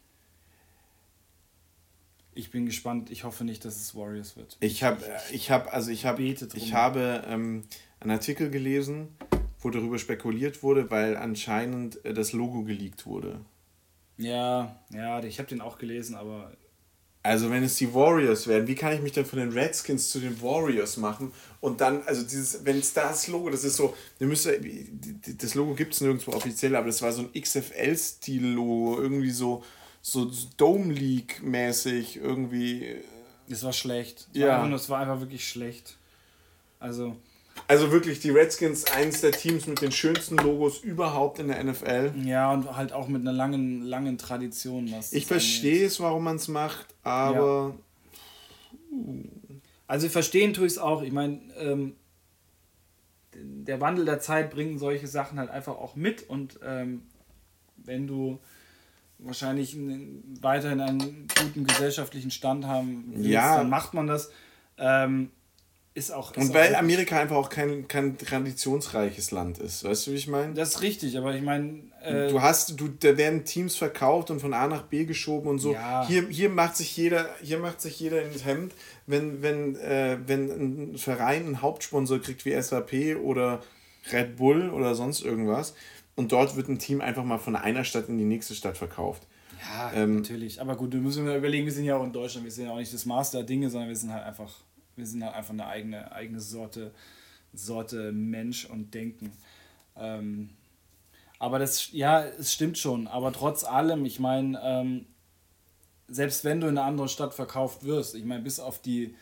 Ich bin gespannt. Ich hoffe nicht, dass es Warriors wird. Ich habe, ich habe, also ich habe, ich habe ähm, einen Artikel gelesen, wo darüber spekuliert wurde, weil anscheinend äh, das Logo geleakt wurde. Ja, ja, ich habe den auch gelesen, aber... Also wenn es die Warriors werden, wie kann ich mich denn von den Redskins zu den Warriors machen? Und dann, also dieses, wenn es das Logo, das ist so, ihr müsst, das Logo gibt es nirgendwo offiziell, aber das war so ein X F L-Stil-Logo, irgendwie so, so Dome League-mäßig, irgendwie. Es war schlecht. Es ja. War einfach, es war einfach wirklich schlecht. Also... Also wirklich, die Redskins, eines der Teams mit den schönsten Logos überhaupt in der N F L. Ja, und halt auch mit einer langen, langen Tradition. Was ich verstehe es, warum man es macht, aber... Ja. Also verstehen tue ich es auch. Ich meine, ähm, der Wandel der Zeit bringt solche Sachen halt einfach auch mit. Und ähm, wenn du wahrscheinlich einen, weiterhin einen guten gesellschaftlichen Stand haben willst, ja. dann macht man das. Ähm, Ist auch, ist und weil auch Amerika einfach auch kein, kein traditionsreiches Land ist, weißt du, wie ich meine? Das ist richtig, aber ich meine... Äh, du hast, du, da werden Teams verkauft und von A nach B geschoben und so. Ja. Hier, hier macht sich jeder, hier macht sich jeder ins Hemd, wenn, wenn, äh, wenn ein Verein einen Hauptsponsor kriegt wie S A P oder Red Bull oder sonst irgendwas und dort wird ein Team einfach mal von einer Stadt in die nächste Stadt verkauft. Ja, ähm, natürlich. Aber gut, wir müssen wir überlegen, wir sind ja auch in Deutschland, wir sind ja auch nicht das Maß der Dinge, sondern wir sind halt einfach... Wir sind halt einfach eine eigene, eigene Sorte, Sorte Mensch und Denken. Ähm, aber das, ja, es stimmt schon. Aber trotz allem, ich meine, ähm, selbst wenn du in eine andere Stadt verkauft wirst, ich meine, bis auf die,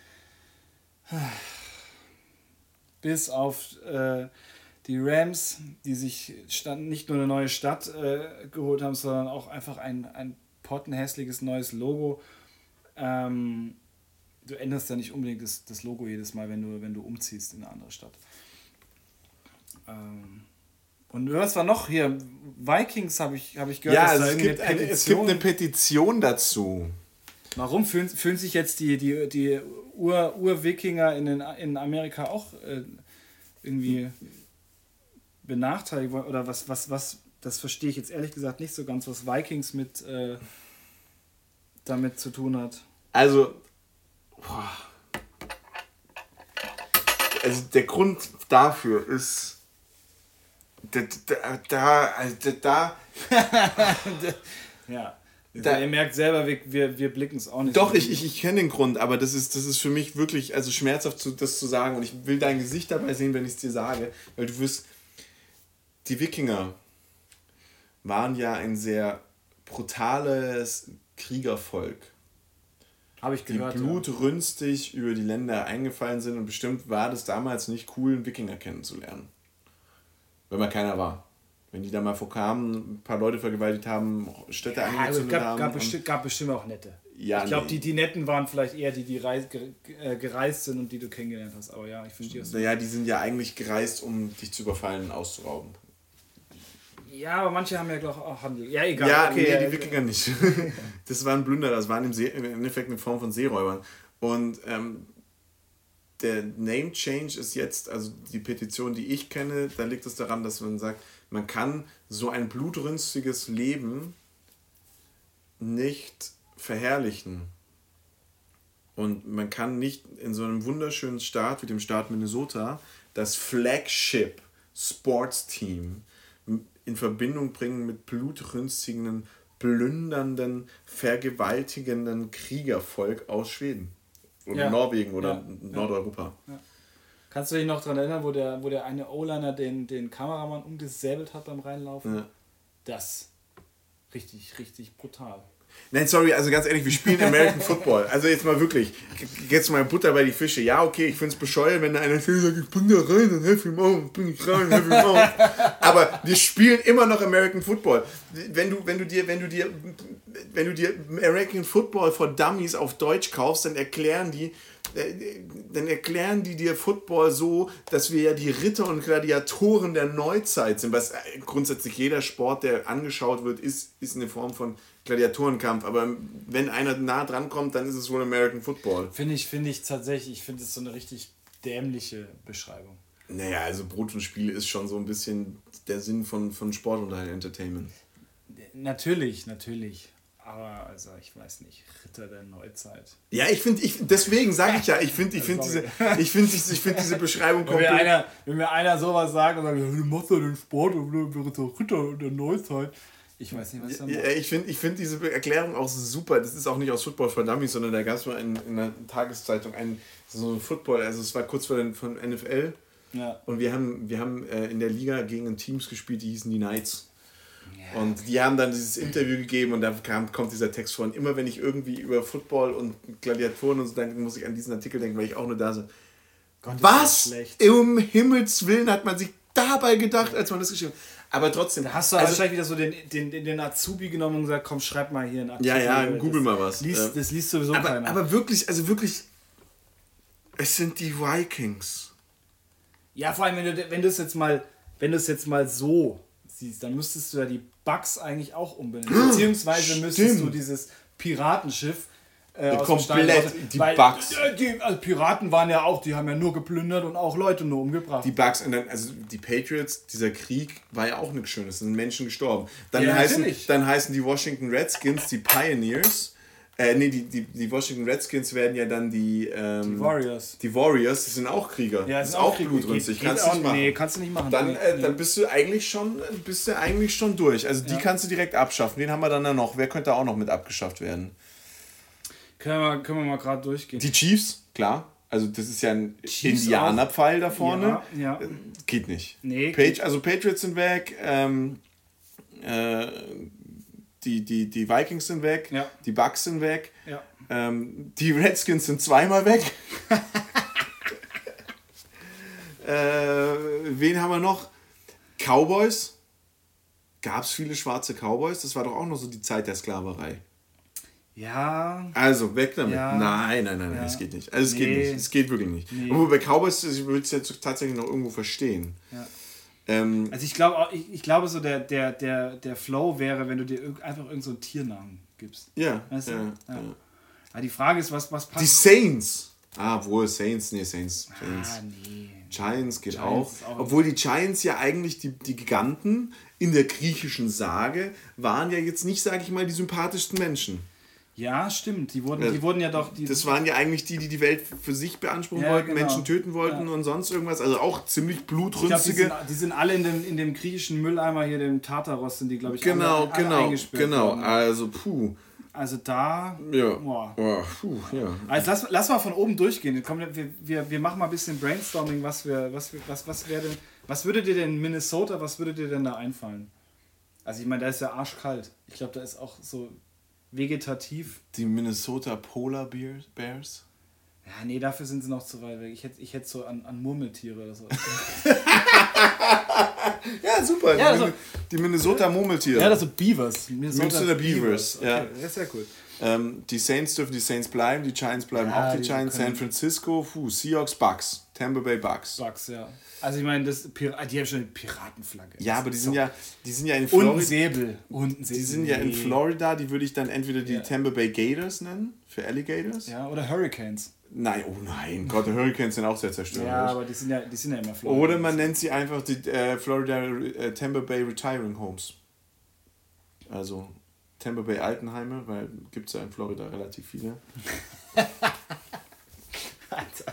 bis auf äh, die Rams, die sich stand, nicht nur eine neue Stadt äh, geholt haben, sondern auch einfach ein, ein pottenhässliches neues Logo. Ähm, Du änderst ja nicht unbedingt das, das Logo jedes Mal, wenn du, wenn du umziehst in eine andere Stadt. Ähm und was war noch hier? Vikings habe ich, hab ich gehört. Ja, also es, gibt eine, es gibt eine Petition dazu. Warum fühlen, fühlen sich jetzt die, die, die Ur, Ur-Wikinger in, den, in Amerika auch äh, irgendwie benachteiligt? Oder was, was, was, das verstehe ich jetzt ehrlich gesagt nicht so ganz, was Vikings mit äh, damit zu tun hat. Also... Also der Grund dafür ist, da, da, da, also da ja, da, ihr merkt selber, wir, wir, wir blicken es auch nicht. Doch, ich, ich, ich kenne den Grund, aber das ist, das ist für mich wirklich also schmerzhaft, zu, das zu sagen und ich will dein Gesicht dabei sehen, wenn ich es dir sage, weil du wirst, die Wikinger waren ja ein sehr brutales Kriegervolk. Habe ich gehört, die blutrünstig ja. über die Länder eingefallen sind und bestimmt war das damals nicht cool, einen Wikinger kennenzulernen. Wenn man keiner war. Wenn die da mal vorkamen, ein paar Leute vergewaltigt haben, Städte ja, angezündet gab, haben. Gab, besti- gab bestimmt auch Nette. Ja, ich glaube, nee. die, die Netten waren vielleicht eher die, die reis, gereist sind und die du kennengelernt hast. Aber ja, ich verstehe es. Ja, die sind ja eigentlich gereist, um dich zu überfallen und auszurauben. Ja, aber manche haben ja, glaube ich, auch Handel. Ja, egal. Ja, okay, nee, ja, die Wikinger nicht. Das waren Plünderer, das waren im, See, im Endeffekt eine Form von Seeräubern. Und ähm, der Name Change ist jetzt, also die Petition, die ich kenne, da liegt es daran, dass man sagt, man kann so ein blutrünstiges Leben nicht verherrlichen. Und man kann nicht in so einem wunderschönen Staat wie dem Staat Minnesota das Flagship Sports Team in Verbindung bringen mit blutrünstigen, plündernden, vergewaltigenden Kriegervolk aus Schweden. Oder ja. Norwegen oder ja. Nordeuropa. Ja. Kannst du dich noch daran erinnern, wo der, wo der eine O-Liner den, den Kameramann umgesäbelt hat beim Reinlaufen? Ja. Das richtig, richtig brutal. Nein, sorry, also ganz ehrlich, wir spielen American Football. Also jetzt mal wirklich, jetzt mal Butter bei die Fische. Ja, okay, ich finde es bescheuert, wenn da einer sagt, ich bin da rein und helfe ihm auf, bin ich rein, helfe ihm auf. Aber wir spielen immer noch American Football. Wenn du, wenn du dir, wenn du dir, wenn du dir American Football for Dummies auf Deutsch kaufst, dann erklären die, dann erklären die dir Football so, dass wir ja die Ritter und Gladiatoren der Neuzeit sind. Was grundsätzlich jeder Sport, der angeschaut wird, ist, ist eine Form von Gladiatorenkampf, aber wenn einer nah dran kommt, dann ist es wohl American Football. Finde ich, finde ich tatsächlich, ich finde es so eine richtig dämliche Beschreibung. Naja, also Brot und Spiele ist schon so ein bisschen der Sinn von, von Sport und Entertainment. Natürlich, natürlich. Aber also ich weiß nicht, Ritter der Neuzeit. Ja, ich finde, ich, deswegen sage ich ja, ich finde ich find diese, ich find, ich find diese Beschreibung wenn komplett... Mir einer, wenn mir einer sowas sagt und sagt, du machst doch den Sport und du bist doch Ritter der Neuzeit. Ich weiß nicht, was ja, da ja, Ich finde ich find diese Erklärung auch super. Das ist auch nicht aus Football for Dummies, sondern da gab es mal in, in einer Tageszeitung einen, so ein Football, also es war kurz vor den, von N F L. Ja. Und wir haben, wir haben äh, in der Liga gegen Teams gespielt, die hießen die Knights. Ja. Und die haben dann dieses Interview gegeben und da kam, kommt dieser Text vor. Und immer wenn ich irgendwie über Football und Gladiatoren und so denke, muss ich an diesen Artikel denken, weil ich auch nur da so, Gott, was um Himmels Willen hat man sich dabei gedacht, als man das geschrieben hat. Aber trotzdem. Da hast du also wahrscheinlich wieder so den, den, den, den Azubi genommen und gesagt, komm, schreib mal hier einen Artikel. Ja, ja, google mal was. Liest, das liest sowieso aber, keiner. Aber wirklich, also wirklich, es sind die Vikings. Ja, vor allem, wenn du, wenn du es jetzt mal, wenn du es jetzt mal so siehst, dann müsstest du ja die Bugs eigentlich auch umbenennen. Beziehungsweise müsstest Stimmt. du dieses Piratenschiff Äh, komplett die weil, Bugs. Die also Piraten waren ja auch, die haben ja nur geplündert und auch Leute nur umgebracht. Die Bugs, und dann, also die Patriots, dieser Krieg war ja auch nichts Schönes, es sind Menschen gestorben. Dann, ja, heißen, dann heißen die Washington Redskins die Pioneers. Äh, nee, die, die, die Washington Redskins werden ja dann die... Ähm, die Warriors. Die Warriors, die sind auch Krieger. Ja, das ist auch blutrünstig. Kannst du nicht machen. Nee, kannst du nicht machen. Dann, äh, dann bist du eigentlich schon bist du eigentlich schon durch. Also die ja. kannst du direkt abschaffen. Den haben wir dann da noch. Wer könnte auch noch mit abgeschafft werden? Können wir, können wir mal gerade durchgehen. Die Chiefs, klar. Also das ist ja ein Indianerpfeil da vorne. Ja, ja. Geht nicht. Nee, Page, also Patriots sind weg, ähm, äh, die, die, die Vikings sind weg, ja. die Bucks sind weg, ja. ähm, die Redskins sind zweimal weg. äh, wen haben wir noch? Cowboys. Gab es viele schwarze Cowboys? Das war doch auch noch so die Zeit der Sklaverei. Ja. Also, weg damit. Ja. Nein, nein, nein, nein, es ja. geht nicht. Also, es nee. geht nicht. Es geht wirklich nicht. Nee. Obwohl bei Cowboys, ich würde es jetzt tatsächlich noch irgendwo verstehen. Ja. Ähm, also, ich glaube, ich, ich glaube so, der, der, der, der Flow wäre, wenn du dir einfach irgendeinen so Tiernamen gibst. Ja. Weißt du? ja, ja. ja. Aber die Frage ist, was, was passt. Die Saints. Ah, wohl, Saints, nee, Saints. Saints. Ah, nee. Giants geht Giants auch. auch. Obwohl die Giants ja eigentlich, die, die Giganten in der griechischen Sage, waren ja jetzt nicht, sage ich mal, die sympathischsten Menschen. Ja, stimmt. Die wurden, die wurden ja doch... Die das waren ja eigentlich die, die die Welt für sich beanspruchen ja, wollten, genau. Menschen töten wollten ja. und sonst irgendwas. Also auch ziemlich blutrünstige... Ich glaub, die, sind, die sind alle in dem, in dem griechischen Mülleimer hier, dem Tartaros, sind die, glaube ich, genau, alle, alle genau, eingesperrt genau. worden. Also, puh. Also da... Ja. Boah. Oh, puh, ja. Also lass, lass mal von oben durchgehen. Komm, wir, wir, wir machen mal ein bisschen Brainstorming, was wir... Was, was, was, wäre denn, was würde dir denn Minnesota, was würde dir denn da einfallen? Also ich meine, da ist ja arschkalt. Ich glaube, da ist auch so... vegetativ. Die Minnesota Polar Bears? Ja, nee, dafür sind sie noch zu weit weg. Ich hätte ich hätt so an, an Murmeltiere oder so. Ja, super. Ja, die, also, die Minnesota Murmeltiere. Ja, das sind Beavers. Minnesota, Minnesota Beavers. Beavers. Okay, ja. Das ist sehr cool. Ähm, die Saints dürfen die Saints bleiben, die Giants bleiben ja, auch die, die Giants. San Francisco, puh, Seahawks, Bucks. Tampa Bay Bucks. Bucks, ja. Also ich meine, das Pir- die haben schon eine Piratenflagge. Ja, aber die sind ja, die sind ja in Florida. Und ein Säbel. Und ein Säbel. Die sind ja in Florida, die würde ich dann entweder die ja. Tampa Bay Gators nennen, für Alligators. Ja, oder Hurricanes. Nein, oh nein, Gott, die Hurricanes sind auch sehr zerstörerisch. Ja, aber die sind ja, die sind ja immer Florida. Oder man nennt sie einfach die äh, Florida äh, Tampa Bay Retiring Homes. Also Tampa Bay Altenheime, weil gibt es ja in Florida relativ viele. Alter.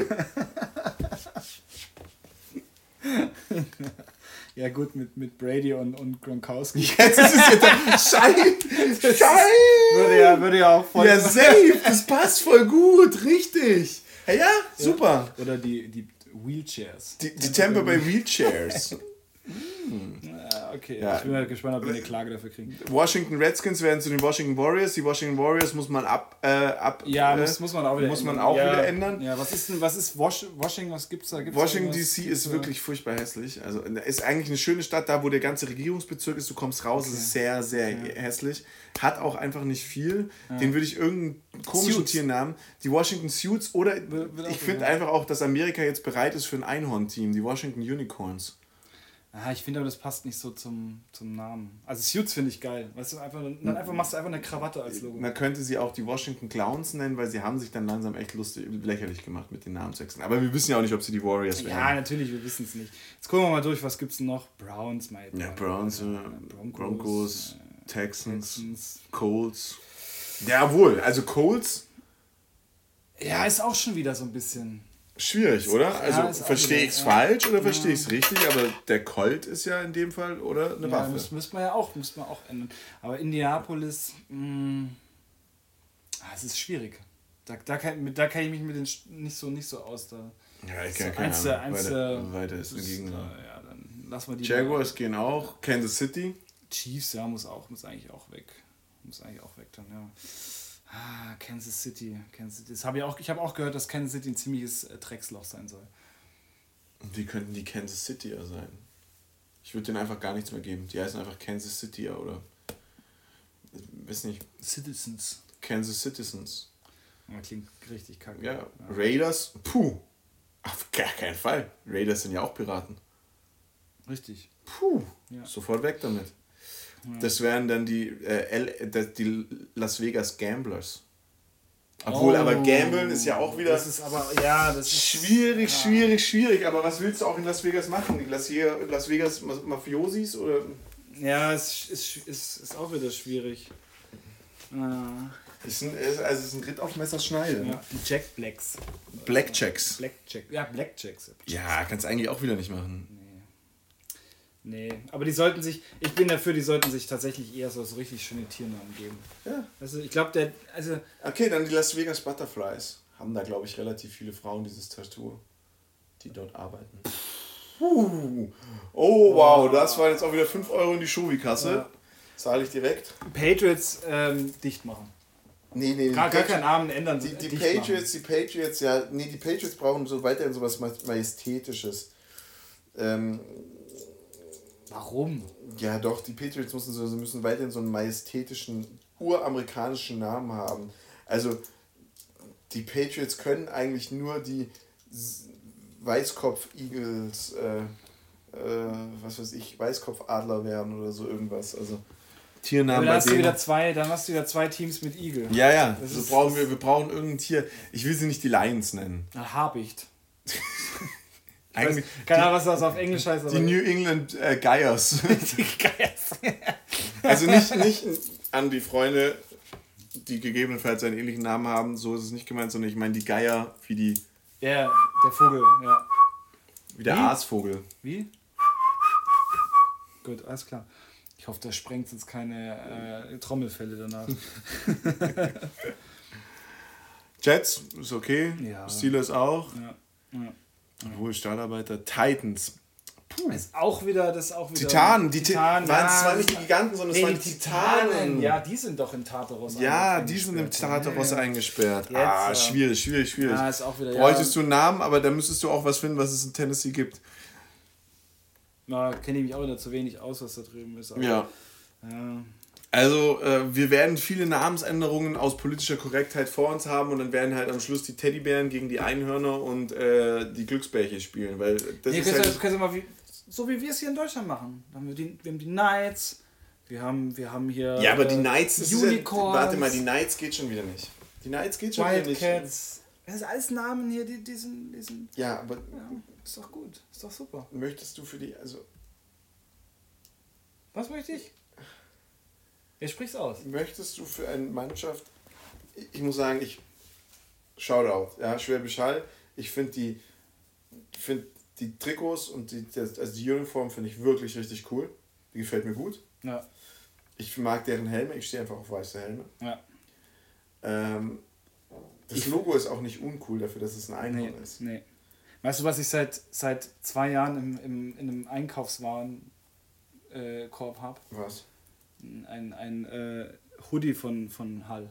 Ja gut, mit, mit Brady und, und Gronkowski. Jetzt ist es jetzt Scheiße! Scheiße! Würde ja, würde ja auch voll... Ja, safe! Das passt voll gut, richtig! Ja, ja, super! Ja. Oder die, die Wheelchairs. Die, die Tampa Bay Wheelchairs. Hm. Ja, okay, ja. Ich bin mal gespannt, ob wir eine Klage dafür kriegen. Washington Redskins werden zu den Washington Warriors. Die Washington Warriors muss man ab... Äh, ab ja, äh, muss, muss man auch wieder muss man auch ja, wieder ändern. Ja, was ist denn, was ist Wash, Washington, was gibt's da? Gibt's Washington da D C ist wirklich furchtbar hässlich. Also ist eigentlich eine schöne Stadt, da wo der ganze Regierungsbezirk ist. Du kommst raus, okay. Es ist sehr, sehr ja. hässlich. Hat auch einfach nicht viel. Ja. Den würde ich irgendeinen komischen Tiernamen. Die Washington Suits oder will, will ich finde ja. einfach auch, dass Amerika jetzt bereit ist für ein Einhorn-Team. Die Washington Unicorns. Ah, ich finde aber, das passt nicht so zum, zum Namen. Also Suits finde ich geil. Weißt du, einfach, dann einfach machst du einfach eine Krawatte als Logo. Man könnte sie auch die Washington Clowns nennen, weil sie haben sich dann langsam echt lustig, lächerlich gemacht mit den Namenswechseln. Aber wir wissen ja auch nicht, ob sie die Warriors werden. Ja, natürlich, wir wissen es nicht. Jetzt gucken wir mal durch, was gibt es noch? Browns, mal. Ja, Browns, äh, Broncos, Broncos äh, Texans, Texans, Colts. Jawohl, also Colts. Ja, ist auch schon wieder so ein bisschen... Schwierig, oder? Ja, Also ist auch verstehe wieder- ich es ja. falsch oder verstehe Ja. ich es richtig? Aber der Colt ist ja in dem Fall oder eine Ja, Waffe. müssen, müssen wir ja auch, müssen wir auch ändern. Aber Indianapolis, mh, ah, es ist schwierig. Da, da, kann, da kann ich mich mit den Sch- nicht so nicht so aus. Da, Ja, ich so kann keine eins der- Ahnung. eins Weiter, der- weiter ist das eine ist, Gegend. äh, ja, dann lassen wir die Jaguars gehen auch. Kansas City. Chiefs, ja, muss auch, muss eigentlich auch weg. Muss eigentlich auch weg dann, ja. Ah, Kansas City. Kansas City. Das hab ich auch, ich habe auch gehört, dass Kansas City ein ziemliches äh, Drecksloch sein soll. Und wie könnten die Kansas Cityer sein? Ich würde denen einfach gar nichts mehr geben. Die heißen einfach Kansas Cityer oder. Ich weiß nicht. Citizens. Kansas Citizens. Ja, klingt richtig kacke. Ja. Raiders. Puh. Auf gar keinen Fall. Raiders sind ja auch Piraten. Richtig. Puh. Ja. Sofort weg damit. Ja. Das wären dann die, äh, L, das- die Las Vegas Gamblers. Obwohl, Oh, aber Gamblen ist ja auch wieder Das ist aber, ja, das ist. schwierig, ja. schwierig, schwierig. Aber was willst du auch in Las Vegas machen? Die Las, Las Vegas Ma- Mafiosis oder? Ja, es ist, ist, ist auch wieder schwierig. Ah, Es ist ein, es- also es ist ein Ritt auf Messerschneide. ja, die Jack Blacks. Blackjacks. Blackjack. Ja, Blackjacks. Ja, kannst du eigentlich auch wieder nicht machen. Nee, aber die sollten sich, ich bin dafür, die sollten sich tatsächlich eher so, so richtig schöne Tiernamen geben. Ja. Also ich glaube, der, also Okay, dann die Las Vegas Butterflies. Haben da, glaube ich, relativ viele Frauen dieses Tattoo, die dort arbeiten. Puh. Oh, wow, das waren jetzt auch wieder fünf Euro in die Shobi-Kasse. Ja. Zahle ich direkt. Patriots ähm, dicht machen. Nee, nee, Gar, die gar Patri- keinen Namen ändern. Die, die dicht Patriots, die Patriots, ja, nee, die Patriots brauchen so weiterhin sowas Ma- Majestätisches. Ähm, Machen. Warum? ja, doch, die Patriots müssen, so, müssen weiterhin so einen majestätischen, uramerikanischen Namen haben. Also, die Patriots können eigentlich nur die S- Weißkopf-Eagles, äh, äh, was weiß ich, Weißkopfadler werden oder so irgendwas. Also, Aber Tiernamen dann bei hast, du denen. wieder zwei, dann hast du wieder zwei Teams mit Igel. Ja, ja, Das so ist- brauchen wir, wir brauchen irgendein Tier. Ich will sie nicht die Lions nennen. Na, Habicht. Eigentlich Keine Ahnung, was das auf Englisch heißt. die New England äh, Geiers. die Geiers. Also nicht, nicht an die Freunde, die gegebenenfalls einen ähnlichen Namen haben, so ist es nicht gemeint, sondern ich meine die Geier wie, die, Ja, der Vogel, ja. wie der Wie? Aasvogel. Wie? Gut, alles klar. Ich hoffe, da sprengt jetzt keine äh, Trommelfälle danach. Jets ist okay, Ja. Steelers auch, Ja, ja. obwohl Stahlarbeiter, Titans. Puh. Das ist auch wieder, das ist auch wieder. Titanen, die Titanen, Titanen, waren ja, es zwar das nicht die ist- Giganten, sondern Nee, es waren die die Titanen. Titanen. Ja, die sind doch in Tartaros. Ja, eingesperrt. die sind im Tartaros Ja, ja. eingesperrt. Jetzt, ah, ja. schwierig, schwierig, schwierig. Ja, ist auch wieder. Bräuchtest ja, du einen Namen, aber da müsstest du auch was finden, was es in Tennessee gibt. Na, kenne ich mich auch wieder zu wenig aus, was da drüben ist. Aber, Ja. ja. Also, äh, wir werden viele Namensänderungen aus politischer Korrektheit vor uns haben und dann werden halt am Schluss die Teddybären gegen die Einhörner und äh, die Glücksbärchen spielen, weil das Nee, ist kannst, du, halt, kannst du mal wie, so wie wir es hier in Deutschland machen. Da haben wir, die, wir haben die Knights, wir haben, wir haben hier. ja, aber die äh, Knights, das ist ja, Unicorns, warte mal, die Knights geht schon wieder nicht. Die Knights geht schon wieder nicht. Wildcats. Das sind alles Namen hier, die, die sind, die sind. Ja, aber Ja, ist doch gut, ist doch super. möchtest du für die, also Was möchte ich? Wer spricht's aus? möchtest du für eine Mannschaft, ich, ich muss sagen, ich, Shoutout, ja, Schwäbisch Hall, ich finde die, find die Trikots und die, das, also die Uniform finde ich wirklich richtig cool. Die gefällt mir gut. Ja, Ich mag deren Helme, ich stehe einfach auf weiße Helme. ja. Ähm, das Ich- Logo ist auch nicht uncool dafür, dass es ein Einhorn Nee, ist. nee. Weißt du, was ich seit, seit zwei Jahren im, im, in einem Einkaufswarenkorb äh, Korb habe? Was? Ein, ein äh, Hoodie von, von Hall.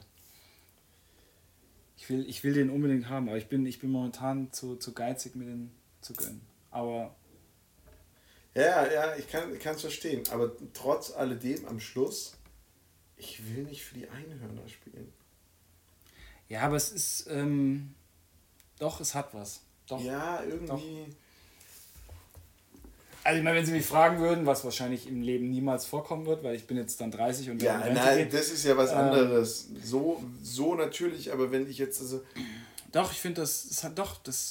Ich will, ich will den unbedingt haben, aber ich bin, ich bin momentan zu, zu geizig, mir den zu gönnen. Aber Ja, ja, ich kann es verstehen. Aber trotz alledem am Schluss, ich will nicht für die Einhörner spielen. ja, aber es ist, ähm, doch, es hat was. Doch. Ja, irgendwie. Also ich meine, wenn Sie mich fragen würden, was wahrscheinlich im Leben niemals vorkommen wird, weil ich bin jetzt dann dreißig und Ja, werde in Rente nein, gehen. das ist ja was Ähm, anderes. So, so natürlich, aber wenn ich jetzt. Also, Doch, ich finde das, es hat doch, das.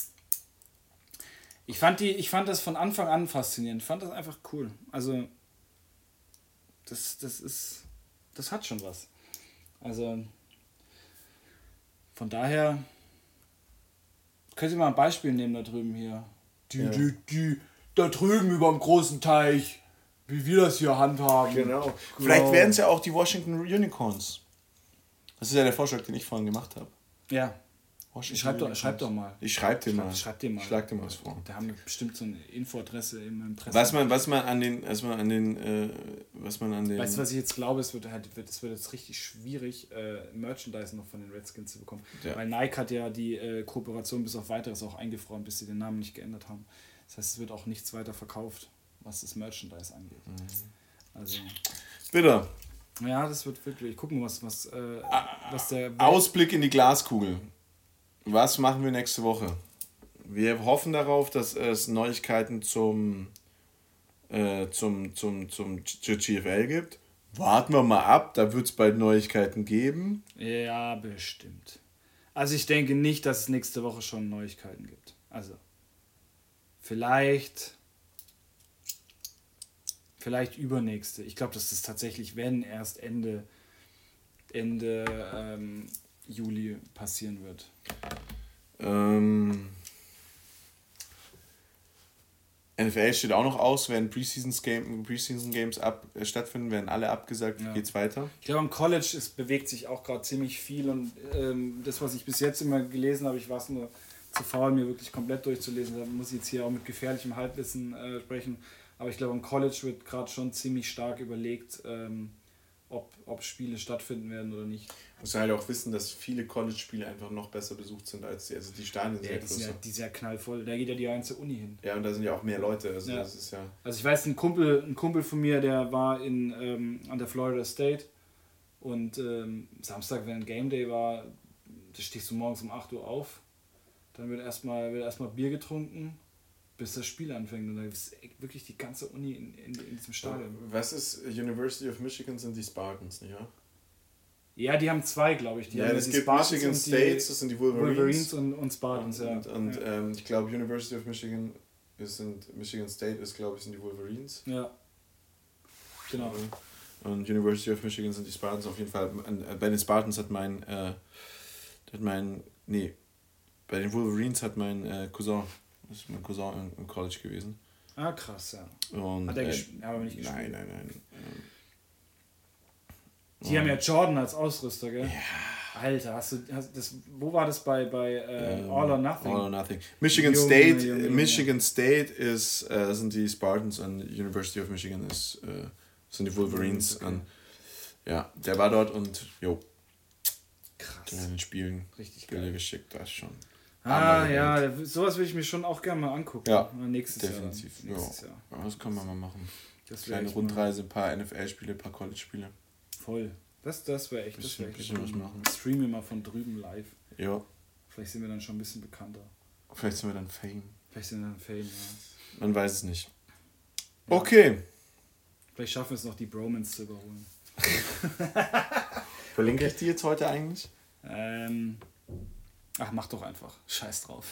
Ich fand die, ich fand das von Anfang an faszinierend. Ich fand das einfach cool. Also, das, das ist, das hat schon was. Also, von daher, Könnt ihr mal ein Beispiel nehmen da drüben hier? Die, Ja. die, die, da drüben über dem großen Teich, wie wir das hier handhaben. Genau. Vielleicht werden es ja auch die Washington Unicorns. Das ist ja der Vorschlag, den ich vorhin gemacht habe. Ja. Washington Schreib doch, Unicorns. schreib doch mal. Ich schreib dir mal. Schreib dir mal. Schlag dir mal was vor. Da haben wir bestimmt so eine Infoadresse im Impressum. Was man, was man an den, was man an den, äh, was man an den. Weißt du, was ich jetzt glaube, es wird halt, wird, es wird jetzt richtig schwierig, äh, Merchandise noch von den Redskins zu bekommen. Ja. Weil Nike hat ja die äh, Kooperation bis auf Weiteres auch eingefroren, bis sie den Namen nicht geändert haben. Das heißt, es wird auch nichts weiter verkauft, was das Merchandise angeht. Mhm. Also. Bitte. Ja, das wird wirklich. Gucken, was, was, äh, was der. Ausblick in die Glaskugel. Was machen wir nächste Woche? Wir hoffen darauf, dass es Neuigkeiten zum, äh, zum, zum, zum G F L gibt. Warten wir mal ab, da wird es bald Neuigkeiten geben. Ja, bestimmt. Also ich denke nicht, dass es nächste Woche schon Neuigkeiten gibt. Also vielleicht, vielleicht übernächste. Ich glaube, dass das tatsächlich, wenn erst Ende, Ende ähm, Juli passieren wird. Ähm, N F L steht auch noch aus, werden Preseason, Game, Preseason Games ab, äh, stattfinden, werden alle abgesagt, Ja. geht's weiter. Ich glaube, am College ist, bewegt sich auch gerade ziemlich viel und ähm, das, was ich bis jetzt immer gelesen habe, ich war es nur zu faul, mir wirklich komplett durchzulesen. Da muss ich jetzt hier auch mit gefährlichem Halbwissen äh, sprechen. Aber ich glaube, am College wird gerade schon ziemlich stark überlegt, ähm, ob, ob Spiele stattfinden werden oder nicht. Muss halt auch wissen, dass viele College-Spiele einfach noch besser besucht sind als die, also die Stadien sind Ja, ja die sind größer. ja, die sind ja knallvoll. Da geht ja die ganze Uni hin. Ja, und da sind ja auch mehr Leute, also Ja. das ist ja... Also ich weiß, ein Kumpel, ein Kumpel von mir, der war in, ähm, an der Florida State und ähm, Samstag, wenn ein Game Day war, da stehst du morgens um acht Uhr auf, dann wird erstmal wird erstmal Bier getrunken, bis das Spiel anfängt und da ist wirklich die ganze Uni in, in, in diesem Stadion. Was ist University of Michigan sind die Spartans, nicht wahr? Ja, die haben zwei, glaube ich. Die Ja, haben es die gibt Spartans Michigan und States, das sind die Wolverines. Wolverines und, und Spartans, und, ja. Und, und ja. Ähm, ich glaube, University of Michigan ist, sind, Michigan State ist, glaube ich, sind die Wolverines. Ja. Genau. Und University of Michigan sind die Spartans auf jeden Fall. Bei den Spartans hat mein, äh, hat mein, nee, bei den Wolverines hat mein äh, Cousin, das ist mein Cousin im, im College gewesen. Ah, krass, ja. Und, hat er äh, gespielt? Aber nicht gespielt. Nein, nein, nein. Ähm, Die haben ja Jordan als Ausrüster, gell? Ja. Alter, hast du, hast das, wo war das bei, bei äh, ähm, All or Nothing? All or Nothing. Michigan Junge, State, Junge, Junge. Michigan State ist, äh, sind die Spartans und University of Michigan ist, äh, sind die Wolverines. Okay. Und, ja, der war dort und jo, Krass. in den Spielen Richtig Bilder geil. geschickt, das schon. Ah, Andere ja, Welt. sowas will ich mir schon auch gerne mal angucken. Ja, nächstes definitiv. Jahr. Nächstes Ja. Jahr. Ja, das kann man mal machen. Das wäre Kleine echt mal Rundreise, ein paar N F L-Spiele, ein paar College-Spiele. voll. Das, das wäre echt, das Bisschen- wäre echt bisschen was machen. Streamen wir mal von drüben live. Ja, Vielleicht sind wir dann schon ein bisschen bekannter. vielleicht sind wir dann Fame. Vielleicht sind wir dann Fame, ja. Man weiß es nicht. Ja. Okay. Vielleicht schaffen wir es noch, die Bromance zu überholen. Verlinke ich die jetzt heute eigentlich? Ähm, ach, mach doch einfach. Scheiß drauf.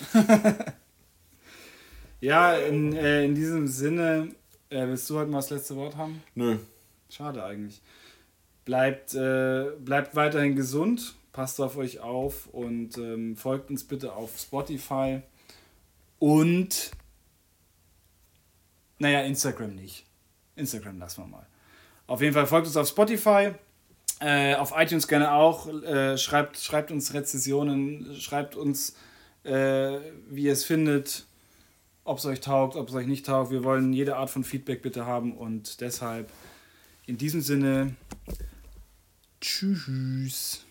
Ja, in, äh, in diesem Sinne, äh, willst du heute mal das letzte Wort haben? Nö. Schade eigentlich. Bleibt, äh, bleibt weiterhin gesund, passt auf euch auf und ähm, folgt uns bitte auf Spotify und naja, Instagram nicht. Instagram lassen wir mal. Auf jeden Fall folgt uns auf Spotify, äh, auf iTunes gerne auch, äh, schreibt, schreibt uns Rezensionen, schreibt uns, äh, wie ihr es findet, ob es euch taugt, ob es euch nicht taugt. Wir wollen jede Art von Feedback bitte haben und deshalb in diesem Sinne, tschüss.